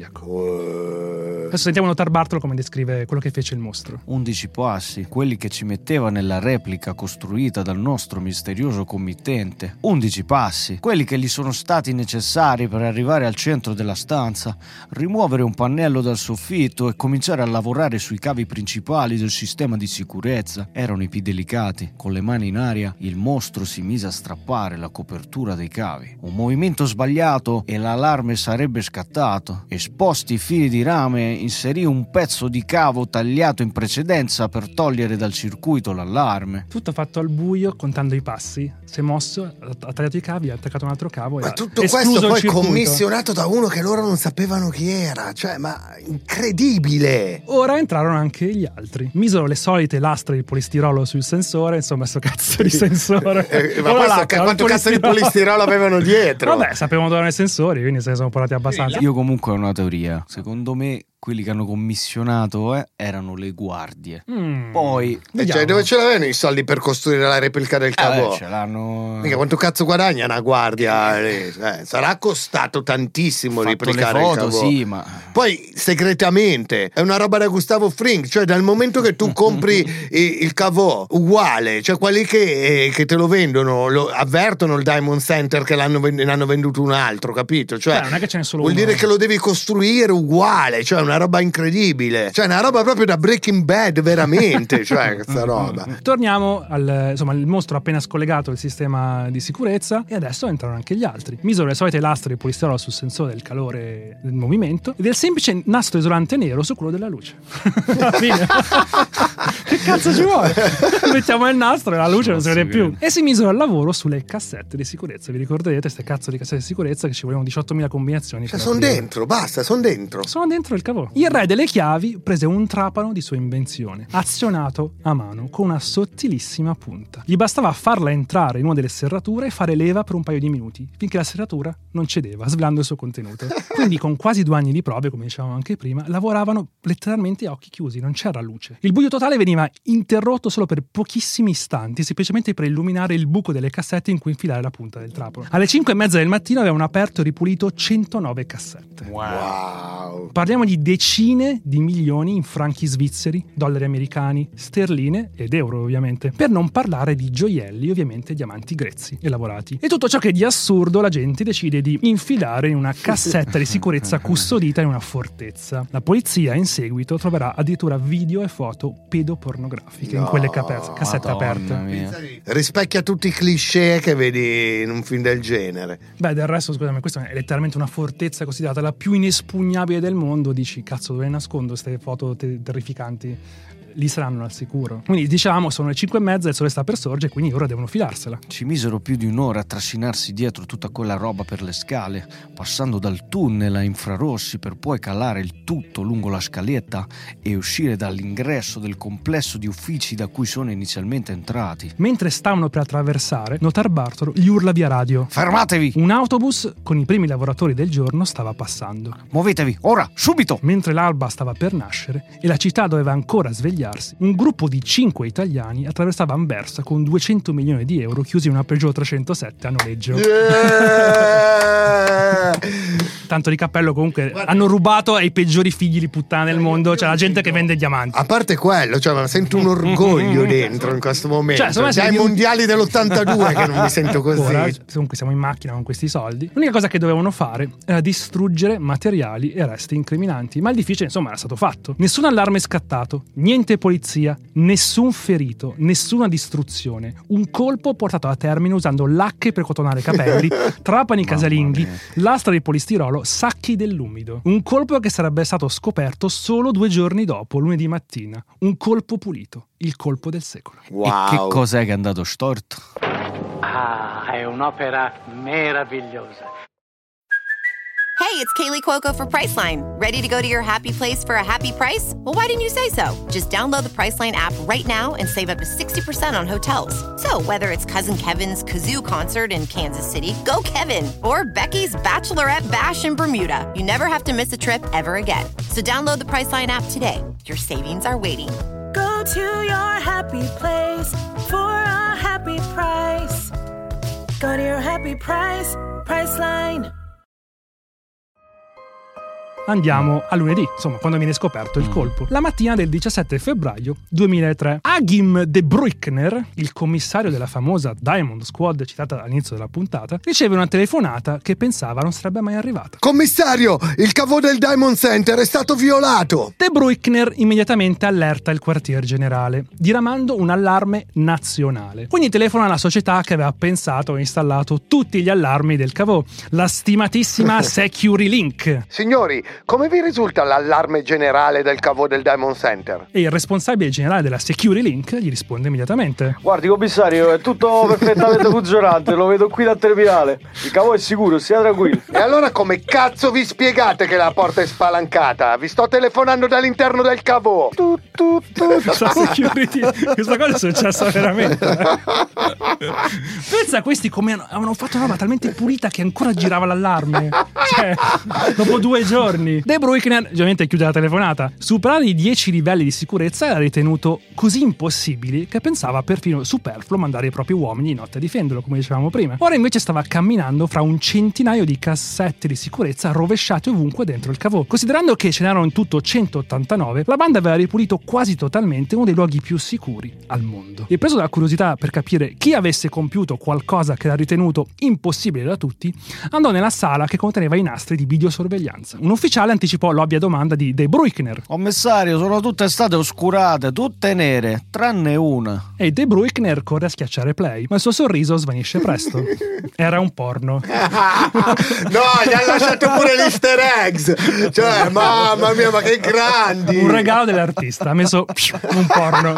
cardiaco. Adesso sentiamo Notarbartolo come descrive quello che fece il mostro. 11 passi, quelli che ci metteva nella replica costruita dal nostro misterioso committente. 11 passi, quelli che gli sono stati necessari per arrivare al centro della stanza, rimuovere un pannello dal soffitto e cominciare a lavorare sui cavi principali del sistema di sicurezza. Erano i più delicati. Con le mani in aria, il mostro si mise a strappare la copertura dei cavi. Un movimento sbagliato e l'allarme sarebbe scattato. Esposti i fili di rame, inserì un pezzo di cavo tagliato in precedenza per togliere dal circuito l'allarme. Tutto fatto al buio, contando i passi. Si è mosso, ha tagliato i cavi, ha attaccato un altro cavo. Ma tutto questo poi commissionato da uno che loro non sapevano chi era. Cioè, ma incredibile! Ora entrarono anche gli altri. Misero le solite lastre di polistirolo sul sensore, insomma, sto cazzo di sensore. Ma quanto cazzo di polistirolo avevano dietro? Vabbè, sapevano dove erano i sensori, quindi se ne sono parlati abbastanza. Io comunque ho una teoria. Secondo me quelli che hanno commissionato erano le guardie. Poi cioè, dove ce l'avevano i soldi per costruire la replica del cavò? Ce l'hanno. Mica quanto cazzo guadagna una guardia? Sarà costato tantissimo replicare il cavò. Sì, ma poi segretamente è una roba da Gustavo Fring, cioè dal momento che tu compri il cavò uguale, cioè quelli che te lo vendono lo avvertono il Diamond Center che ne hanno venduto un altro, capito? Cioè non è che ce n'è solo vuol uno. dire che lo devi costruire uguale, cioè una roba incredibile, cioè una roba proprio da Breaking Bad veramente, cioè questa roba. Torniamo insomma, il mostro ha appena scollegato il sistema di sicurezza e adesso entrano anche gli altri. Misero le solite lastre di polistirolo sul sensore del calore del movimento e del semplice nastro isolante nero su quello della luce. Fine. Che cazzo ci vuole? Mettiamo il nastro e la luce non si vede più. E si misero al lavoro sulle cassette di sicurezza. Vi ricorderete queste cazzo di cassette di sicurezza che ci volevano 18.000 combinazioni? Cioè sono dentro, basta, sono dentro. Sono dentro il cavò. Il re delle chiavi prese un trapano di sua invenzione, azionato a mano con una sottilissima punta. Gli bastava farla entrare in una delle serrature e fare leva per un paio di minuti, finché la serratura non cedeva, svelando il suo contenuto. Quindi con quasi 2 anni di prove, come dicevamo anche prima, lavoravano letteralmente a occhi chiusi, non c'era luce. Il buio totale veniva interrotto solo per pochissimi istanti, semplicemente per illuminare il buco delle cassette in cui infilare la punta del trapano. Alle 5:30 del mattino avevano aperto e ripulito 109 cassette. Wow. Parliamo di decine di milioni in franchi svizzeri, dollari americani, sterline ed euro ovviamente, per non parlare di gioielli, ovviamente diamanti grezzi e lavorati. E tutto ciò che di assurdo la gente decide di infilare in una cassetta di sicurezza custodita in una fortezza. La polizia in seguito troverà addirittura video e foto pedopornografiche in quelle cassette aperte. Rispecchia tutti i cliché che vedi in un film del genere. Beh, del resto, scusami, questa è letteralmente una fortezza considerata la più inespugnabile del mondo. Dici, cazzo, dove nascondo queste foto terrificanti? Lì saranno al sicuro. Quindi diciamo sono le 5:30, il sole sta per sorgere, quindi ora devono filarsela. Ci misero più di un'ora a trascinarsi dietro tutta quella roba per le scale, passando dal tunnel a infrarossi per poi calare il tutto lungo la scaletta e uscire dall'ingresso del complesso di uffici da cui sono inizialmente entrati. Mentre stavano per attraversare, Notarbartolo gli urla via radio: fermatevi! Un autobus con i primi lavoratori del giorno stava passando. Muovetevi, ora, subito! Mentre l'alba stava per nascere e la città doveva ancora svegliarsi, un gruppo di 5 italiani attraversava Anversa con 200 milioni di euro chiusi in una Peugeot 307 a noleggio. Tanto di cappello, comunque hanno rubato ai peggiori figli di puttana del mondo, cioè la gente che vende diamanti. A parte quello, cioè, ma sento un orgoglio dentro in questo momento. Cioè, dai mondiali dell'82 che non mi sento così. Ora, comunque siamo in macchina con questi soldi. L'unica cosa che dovevano fare era distruggere materiali e resti incriminanti, ma il difficile insomma era stato fatto. Nessun allarme scattato, niente polizia, nessun ferito, nessuna distruzione. Un colpo portato a termine usando lacche per cotonare i capelli, trapani casalinghi, lastra di polistirolo, sacchi dell'umido. Un colpo che sarebbe stato scoperto solo 2 giorni dopo, lunedì mattina. Un colpo pulito, il colpo del secolo. Wow. E che cos'è che è andato storto? È un'opera meravigliosa. Hey, it's Kaylee Cuoco for Priceline. Ready to go to your happy place for a happy price? Well, why didn't you say so? Just download the Priceline app right now and save up to 60% on hotels. So whether it's Cousin Kevin's Kazoo Concert in Kansas City, go Kevin, or Becky's Bachelorette Bash in Bermuda, you never have to miss a trip ever again. So download the Priceline app today. Your savings are waiting. Go to your happy place for a happy price. Go to your happy price, Priceline. Andiamo a lunedì, insomma, quando viene scoperto il colpo. La mattina del 17 febbraio 2003, Achim de Bruckner, il commissario della famosa Diamond Squad citata all'inizio della puntata, riceve una telefonata che pensava non sarebbe mai arrivata. Commissario, il cavo del Diamond Center è stato violato! De Bruckner immediatamente allerta il quartier generale, diramando un allarme nazionale. Quindi telefona alla società che aveva pensato e installato tutti gli allarmi del cavo, la stimatissima SecuriLink. Signori, come vi risulta l'allarme generale del cavo del Diamond Center? E il responsabile generale della SecuriLink gli risponde immediatamente: guardi commissario, è tutto perfettamente funzionante, lo vedo qui dal terminale, il cavo è sicuro, sia tranquillo. E allora come cazzo vi spiegate che la porta è spalancata? Vi sto telefonando dall'interno del cavo. La security, questa cosa è successa veramente. Pensa a questi come avevano fatto una roba talmente pulita che ancora girava l'allarme, cioè dopo 2 giorni. De Bruckner ovviamente chiude la telefonata. Superare i 10 livelli di sicurezza era ritenuto così impossibili che pensava perfino superfluo mandare i propri uomini di notte a difenderlo, come dicevamo prima. Ora invece stava camminando fra un centinaio di cassette di sicurezza rovesciate ovunque dentro il cavo. Considerando che ce n'erano in tutto 189, la banda aveva ripulito quasi totalmente uno dei luoghi più sicuri al mondo. E preso dalla curiosità per capire chi avesse compiuto qualcosa che era ritenuto impossibile da tutti, andò nella sala che conteneva i nastri di videosorveglianza. Un ufficiale anticipò l'ovvia domanda di De Bruckner. Commissario, sono tutte state oscurate, tutte nere, tranne una. E De Bruckner corre a schiacciare play, ma il suo sorriso svanisce presto. Era un porno. No, gli ha lasciato pure gli easter eggs. Cioè, mamma mia, ma che grandi. Un regalo dell'artista, ha messo un porno.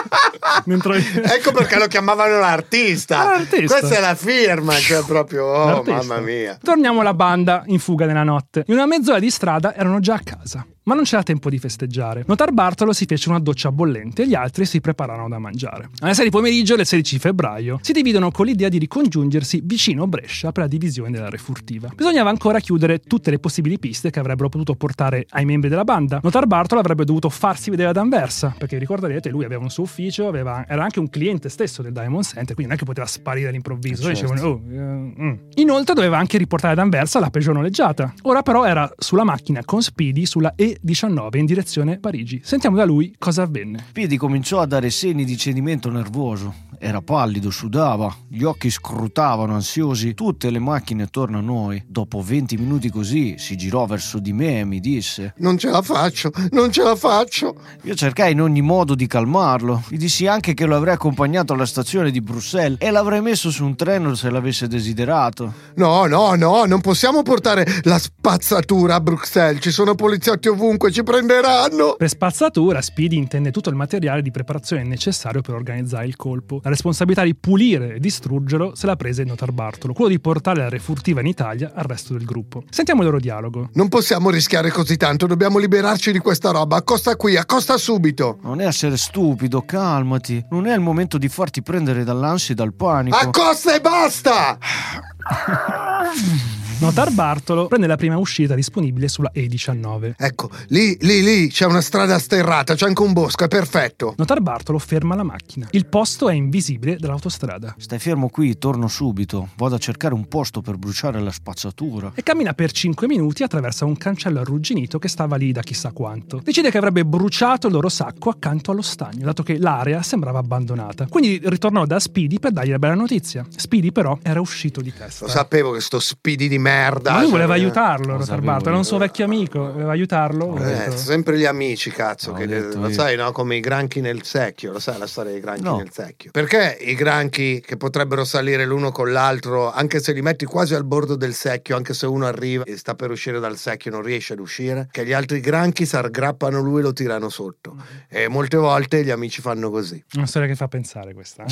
Ecco perché lo chiamavano l'artista. Questa è la firma, cioè proprio, mamma mia. Torniamo alla banda in fuga nella notte. In una mezz'ora di strada erano già a casa. Ma non c'era tempo di festeggiare. Notarbartolo si fece una doccia bollente e gli altri si prepararono da mangiare. Alle 6 di pomeriggio del 16 febbraio si dividono con l'idea di ricongiungersi vicino Brescia per la divisione della refurtiva. Bisognava ancora chiudere tutte le possibili piste che avrebbero potuto portare ai membri della banda. Notarbartolo avrebbe dovuto farsi vedere ad Anversa, perché ricorderete lui aveva un suo ufficio, era anche un cliente stesso del Diamond Center, quindi non è che poteva sparire all'improvviso. Certo. Dicevano, Inoltre doveva anche riportare ad Anversa la Peugeot noleggiata. Ora però era sulla macchina con Speedy sulla E E19 in direzione Parigi. Sentiamo da lui cosa avvenne. Speedy cominciò a dare segni di cedimento nervoso. Era pallido, sudava, gli occhi scrutavano ansiosi tutte le macchine attorno a noi. Dopo 20 minuti così si girò verso di me e mi disse: non ce la faccio. Io cercai in ogni modo di calmarlo. Gli dissi anche che lo avrei accompagnato alla stazione di Bruxelles e l'avrei messo su un treno se l'avesse desiderato. No, non possiamo portare la spazzatura a Bruxelles, ci sono poliziotti ovunque, ci prenderanno. Per spazzatura Speedy intende tutto il materiale di preparazione necessario per organizzare il colpo. La responsabilità di pulire e distruggerlo se l'ha presa il Notarbartolo, quello di portare la refurtiva in Italia al resto del gruppo. Sentiamo il loro dialogo. Non possiamo rischiare così tanto, dobbiamo liberarci di questa roba. Accosta qui, accosta subito. Non è essere stupido, calmati. Non è il momento di farti prendere dall'ansia e dal panico. Accosta e basta! Notarbartolo prende la prima uscita disponibile sulla E19. Ecco, lì c'è una strada sterrata, c'è anche un bosco, è perfetto. Notarbartolo ferma la macchina. Il posto è invisibile dall'autostrada. Stai fermo qui, torno subito. Vado a cercare un posto per bruciare la spazzatura. E cammina per 5 minuti attraverso un cancello arrugginito che stava lì da chissà quanto. Decide che avrebbe bruciato il loro sacco accanto allo stagno, dato che l'area sembrava abbandonata. Quindi ritornò da Speedy per dargli la bella notizia. Speedy però era uscito di testa. Lo sapevo che sto Speedy di merda. Ma lui voleva aiutarlo, Notarbartolo, era un suo vecchio amico, voleva aiutarlo. Sempre gli amici, cazzo, No, che lo sai, no? Come i granchi nel secchio, lo sai la storia dei granchi No. nel secchio? Perché i granchi che potrebbero salire l'uno con l'altro, anche se li metti quasi al bordo del secchio, anche se uno arriva e sta per uscire dal secchio non riesce ad uscire, che gli altri granchi si aggrappano lui e lo tirano sotto. E molte volte gli amici fanno così. Una storia che fa pensare questa.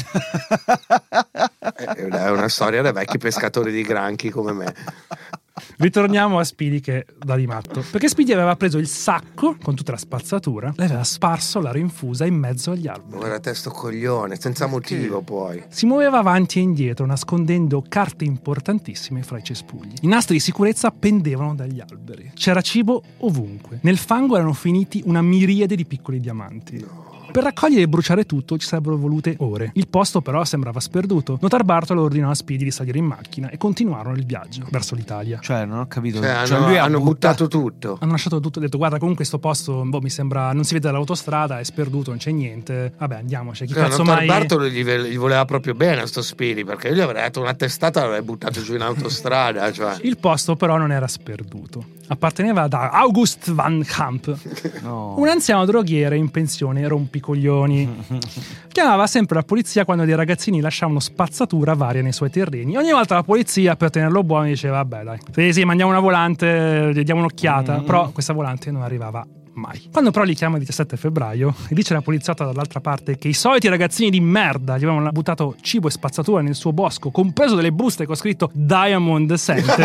È una storia dei vecchi pescatori di granchi come me. Ritorniamo a Speedy che dà di matto, perché Speedy aveva preso il sacco con tutta la spazzatura, l'aveva sparso la rinfusa in mezzo agli alberi. Guarda te sto coglione, senza motivo poi. Si muoveva avanti e indietro nascondendo carte importantissime fra i cespugli. I nastri di sicurezza pendevano dagli alberi. C'era cibo ovunque. Nel fango erano finiti una miriade di piccoli diamanti. Per raccogliere e bruciare tutto ci sarebbero volute ore. Il posto però sembrava sperduto. Notarbartolo ordinò a Speedy di salire in macchina e continuarono il viaggio verso l'Italia. Cioè, non ho capito. Hanno buttato tutto. Hanno lasciato tutto, ho detto guarda comunque sto posto mi sembra, non si vede dall'autostrada, è sperduto, non c'è niente. Vabbè andiamoci, chi cazzo mai... Notarbartolo gli voleva proprio bene a sto Speedy, perché io gli avrei dato una testata e l'avrei buttato giù in autostrada, cioè. Il posto però non era sperduto. Apparteneva ad August Van Camp, un anziano droghiere in pensione rompicoglioni. Chiamava sempre la polizia quando dei ragazzini lasciavano spazzatura varia nei suoi terreni. Ogni volta la polizia, per tenerlo buono, diceva vabbè dai, sì, mandiamo una volante, gli diamo un'occhiata. Però questa volante non arrivava mai. Quando però li chiama il 17 febbraio e dice la poliziotta dall'altra parte che i soliti ragazzini di merda gli avevano buttato cibo e spazzatura nel suo bosco, compreso delle buste con scritto Diamond Center,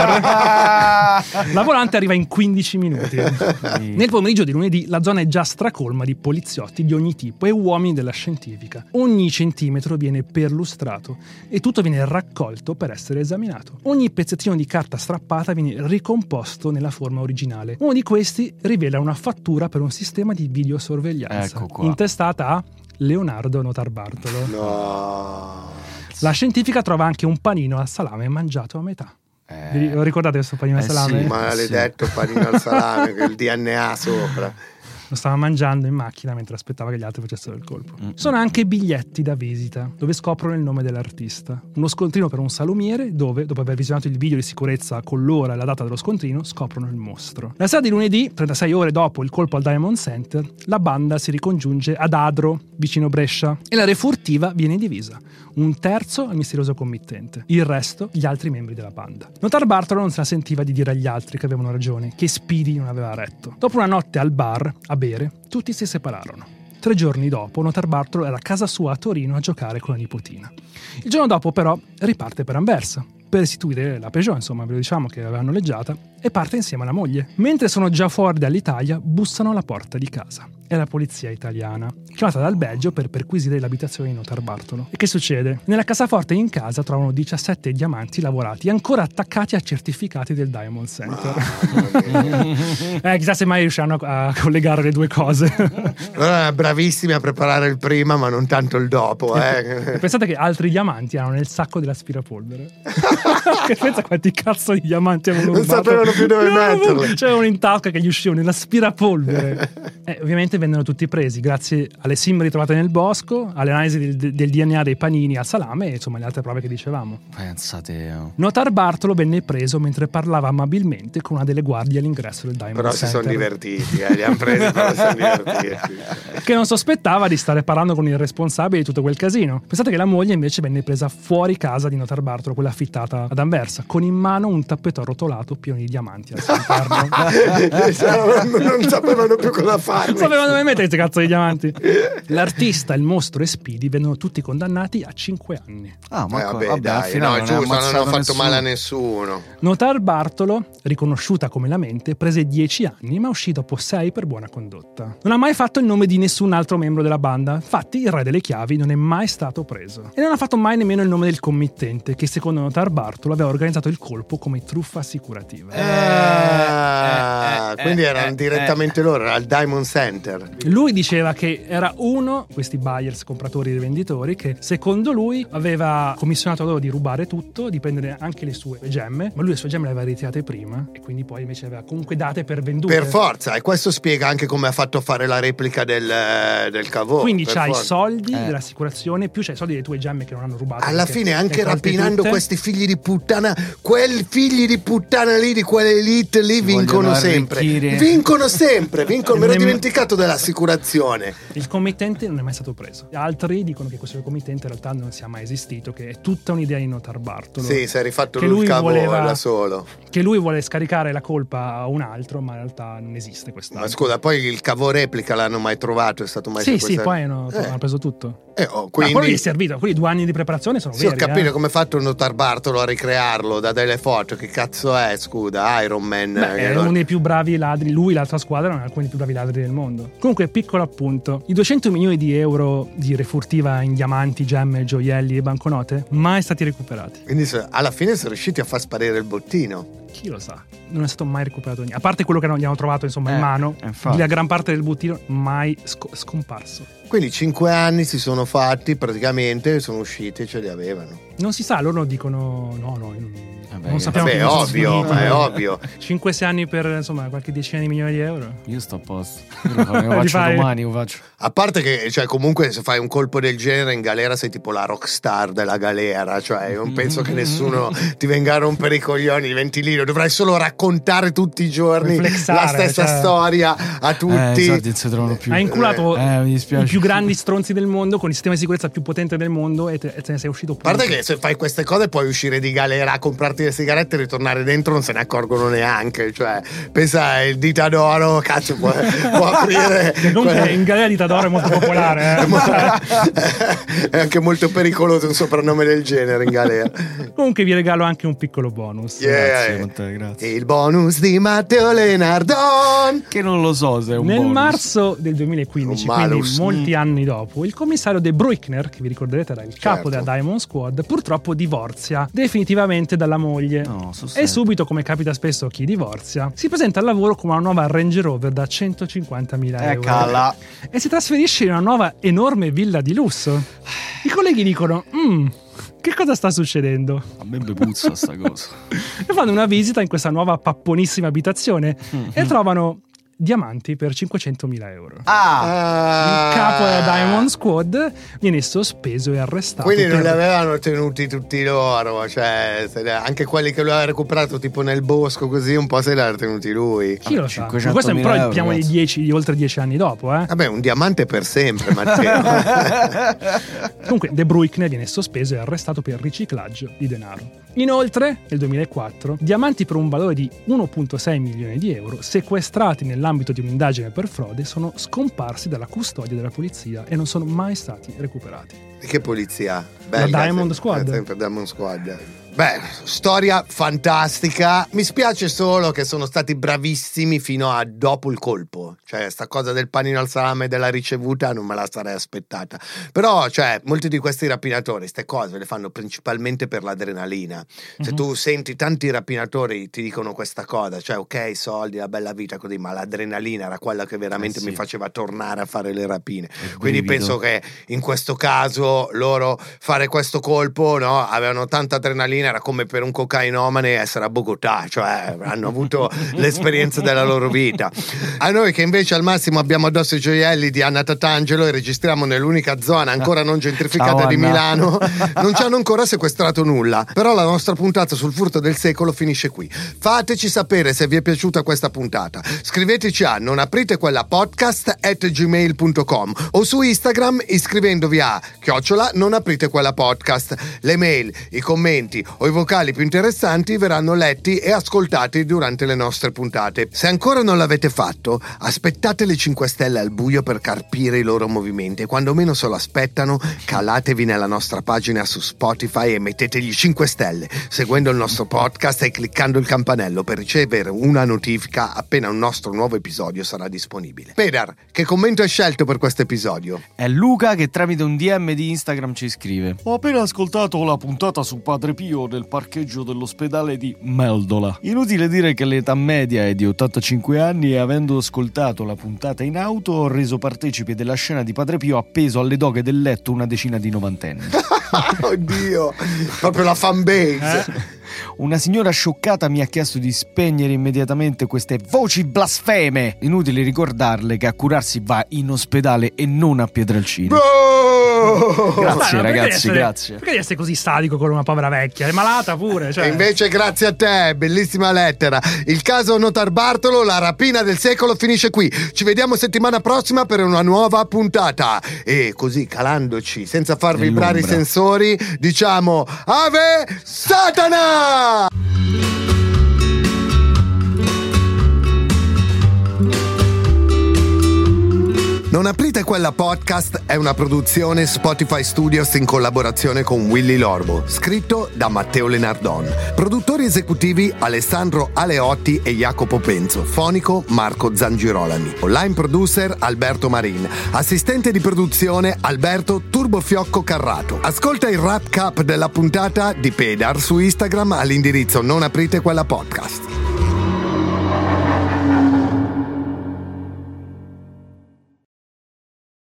la volante arriva in 15 minuti. Nel pomeriggio di lunedì la zona è già stracolma di poliziotti di ogni tipo e uomini della scientifica. Ogni centimetro viene perlustrato e tutto viene raccolto per essere esaminato. Ogni pezzettino di carta strappata viene ricomposto nella forma originale. Uno di questi rivela una fattura per un sistema di videosorveglianza intestata a Leonardo Notarbartolo. No. La scientifica trova anche un panino al salame mangiato a metà. Vi ricordate questo panino al salame? Sì, maledetto panino al salame con il DNA sopra. Lo stava mangiando in macchina mentre aspettava che gli altri facessero il colpo. Sono anche biglietti da visita dove scoprono il nome dell'artista. Uno scontrino per un salumiere dove, dopo aver visionato il video di sicurezza con l'ora e la data dello scontrino, scoprono il mostro. La sera di lunedì, 36 ore dopo il colpo al Diamond Center, la banda si ricongiunge ad Adro, vicino Brescia, e la refurtiva viene divisa. Un terzo al misterioso committente, il resto gli altri membri della banda. Notarbartolo non se la sentiva di dire agli altri che avevano ragione, che Speedy non aveva retto. Dopo una notte al bar, a bere, tutti si separarono. 3 giorni dopo, Notarbartolo era a casa sua a Torino a giocare con la nipotina. Il giorno dopo, però, riparte per Anversa, per restituire la Peugeot, insomma, ve lo diciamo che aveva noleggiata, e parte insieme alla moglie. Mentre sono già fuori dall'Italia, bussano alla porta di casa. è la polizia italiana, chiamata dal Belgio per perquisire l'abitazione di Notarbartolo. E che succede? Nella cassaforte in casa trovano 17 diamanti lavorati ancora attaccati a certificati del Diamond Center. Chissà se mai riusciranno a collegare le due cose. Allora, bravissimi a preparare il prima, ma non tanto il dopo. Pensate che altri diamanti erano nel sacco dell'aspirapolvere. Che pensa quanti cazzo di diamanti avevano rubato. Non sapevano più dove metterli. C'erano in tasca che gli uscivano nell'aspirapolvere. Ovviamente vennero tutti presi grazie alle SIM ritrovate nel bosco, alle analisi del DNA dei panini al salame e insomma le altre prove che dicevamo. Pensate. Notarbartolo venne preso mentre parlava amabilmente con una delle guardie all'ingresso del Diamond Però Center. si sono divertiti, li hanno presi, però si sono divertiti. Che non sospettava di stare parlando con il responsabile di tutto quel casino. Pensate che la moglie invece venne presa fuori casa di Notarbartolo, quella affittata ad Anversa, con in mano un tappeto arrotolato pieno di diamanti al suo interno. Non sapevano più cosa fare. Non sapevano dove mettere questi cazzo di diamanti. L'artista, il mostro e Speedy vennero tutti condannati a 5 anni. Vabbè, dai, no, è giusto, non hanno fatto male a nessuno. Notarbartolo, riconosciuta come la mente, prese 10 anni, ma uscì dopo 6 per buona condotta. Non ha mai fatto il nome di nessun altro membro della banda, infatti il re delle chiavi non è mai stato preso. E non ha fatto mai nemmeno il nome del committente, che secondo Notarbartolo aveva organizzato il colpo come truffa assicurativa. Quindi erano direttamente loro, era il Diamond Center. Lui diceva che era uno, questi buyers, compratori e venditori, che secondo lui aveva commissionato loro di rubare tutto, di prendere anche le sue gemme, ma lui le sue gemme le aveva ritirate prima e quindi poi invece aveva comunque date per vendute. Per forza, e questo spiega anche come ha fatto fare la replica del cavò. Quindi c'hai i soldi dell'assicurazione, più c'hai i soldi delle tue gemme che non hanno rubato. Alla fine anche rapinando questi figli di puttana, quei figli di puttana lì, di quelle elite lì, vincono sempre. Vincono sempre, mi ero dimenticato dell'assicurazione. Il committente non è mai stato preso. Altri dicono che questo committente in realtà non sia mai esistito, che è tutta un'idea di Notarbartolo. Sì, si è rifatto lui il cavo da solo. Che lui vuole scaricare la colpa a un altro, ma in realtà non esiste questa. Ma scusa, poi il cavo replica l'hanno mai trovato? È stato mai Sì, poi hanno preso tutto. Quindi quello gli è servito, quelli 2 anni di preparazione sono veri. Ho capito come ha fatto Notarbartolo a ricrearlo da delle foto. Che cazzo è, scusa, Iron Man? È uno dei più bravi ladri, lui e l'altra squadra erano alcuni dei più bravi ladri del mondo. Comunque, piccolo appunto, i 200 milioni di euro di refurtiva in diamanti, gemme, gioielli e banconote mai stati recuperati. Quindi alla fine sono riusciti a far sparire il bottino. Chi lo sa, non è stato mai recuperato niente. A parte quello che gli hanno trovato insomma in mano, la gran parte del bottino mai scomparso. Quindi 5 anni si sono fatti, praticamente sono usciti e ce li avevano. Non si sa, loro dicono non sappiamo. È ovvio, ma è ovvio. 5-6 anni per insomma qualche decina di milioni di euro. Io sto a posto. Io lo faccio domani, lo faccio. A parte che, cioè, comunque se fai un colpo del genere in galera sei tipo la rockstar della galera, cioè non penso che nessuno ti venga a rompere i coglioni, diventi lì, dovrai solo raccontare tutti i giorni la stessa storia a tutti. Non si trovano più. Hai inculato i più grandi stronzi del mondo con il sistema di sicurezza più potente del mondo e te ne sei uscito. A parte che se fai queste cose puoi uscire di galera a comprarti le sigarette e ritornare dentro, non se ne accorgono neanche, cioè pensa il Ditadoro, cazzo, può aprire. Comunque in galera Ditadoro è molto popolare, è anche molto pericoloso un soprannome del genere in galera. Comunque vi regalo anche un piccolo bonus. Grazie. Il bonus di Matteo Lenardon, che non lo so se è un nel bonus. Marzo del 2015, quindi molti anni dopo, il commissario De Bruckner, che vi ricorderete era il capo della Diamond Squad, purtroppo divorzia definitivamente dalla moglie. E subito, come capita spesso a chi divorzia, si presenta al lavoro con una nuova Range Rover da 150.000 euro e si trasferisce in una nuova enorme villa di lusso. I colleghi dicono che cosa sta succedendo? A me puzza sta cosa. E fanno una visita in questa nuova papponissima abitazione e trovano diamanti per 500.000 euro. Il capo della Diamond Squad viene sospeso e arrestato. Quindi non li avevano tenuti tutti loro, cioè anche quelli che lui aveva recuperato tipo nel bosco così un po' se li aveva tenuti lui. Chi lo sa? Questo è però parliamo di oltre 10 anni dopo. Vabbè, un diamante per sempre, Matteo. Comunque De Bruckner viene sospeso e arrestato per riciclaggio di denaro. Inoltre, nel 2004, diamanti per un valore di 1,6 milioni di euro sequestrati nell'ambito di un'indagine per frode sono scomparsi dalla custodia della polizia e non sono mai stati recuperati. E che polizia? La Diamond Squad. Sempre Diamond Squad. Beh, storia fantastica. Mi spiace solo che sono stati bravissimi fino a dopo il colpo. Cioè, sta cosa del panino al salame della ricevuta non me la sarei aspettata. Però, cioè, molti di questi rapinatori, queste cose le fanno principalmente per l'adrenalina. Se tu senti tanti rapinatori ti dicono questa cosa, cioè, ok, soldi, la bella vita, così, ma l'adrenalina era quella che veramente mi faceva tornare a fare le rapine. Quindi penso che in questo caso loro fare questo colpo, no, avevano tanta adrenalina, era come per un cocainomane essere a Bogotà, cioè hanno avuto l'esperienza della loro vita. A noi che invece al massimo abbiamo addosso i gioielli di Anna Tatangelo e registriamo nell'unica zona ancora non gentrificata di Milano, non ci hanno ancora sequestrato nulla. Però la nostra puntata sul furto del secolo finisce qui. Fateci sapere se vi è piaciuta questa puntata. Scriveteci a nonapritequellapodcast@gmail.com o su Instagram iscrivendovi a @nonapritequellapodcast. Le mail, i commenti o i vocali più interessanti verranno letti e ascoltati durante le nostre puntate. Se ancora non l'avete fatto, aspettate le 5 stelle al buio per carpire i loro movimenti e quando meno se lo aspettano, calatevi nella nostra pagina su Spotify e mettetegli 5 stelle, seguendo il nostro podcast e cliccando il campanello per ricevere una notifica appena un nostro nuovo episodio sarà disponibile. Pedar, che commento hai scelto per questo episodio? È Luca che tramite un DM di Instagram ci scrive: ho appena ascoltato la puntata su Padre Pio del parcheggio dell'ospedale di Meldola. Inutile dire che l'età media è di 85 anni e avendo ascoltato la puntata in auto ho reso partecipe della scena di Padre Pio appeso alle doghe del letto una decina di novantenni. Oddio, proprio la fanbase. Una signora scioccata mi ha chiesto di spegnere immediatamente queste voci blasfeme. Inutile ricordarle che a curarsi va in ospedale e non a Pietrelcina. Grazie ragazzi, grazie. Perché devi essere così sadico con una povera vecchia? È malata pure, cioè. E invece grazie a te, bellissima lettera. Il caso Notarbartolo, la rapina del secolo finisce qui. Ci vediamo settimana prossima per una nuova puntata. E così, calandoci senza far vibrare i sensori, diciamo Ave Satana! Non aprite quella podcast è una produzione Spotify Studios in collaborazione con Willy Lorbo, scritto da Matteo Lenardon. Produttori esecutivi Alessandro Aleotti e Jacopo Penzo, fonico Marco Zangirolami, online producer Alberto Marin, assistente di produzione Alberto Turbofiocco Carrato. Ascolta il wrap up della puntata di Pedar su Instagram all'indirizzo Non aprite quella podcast.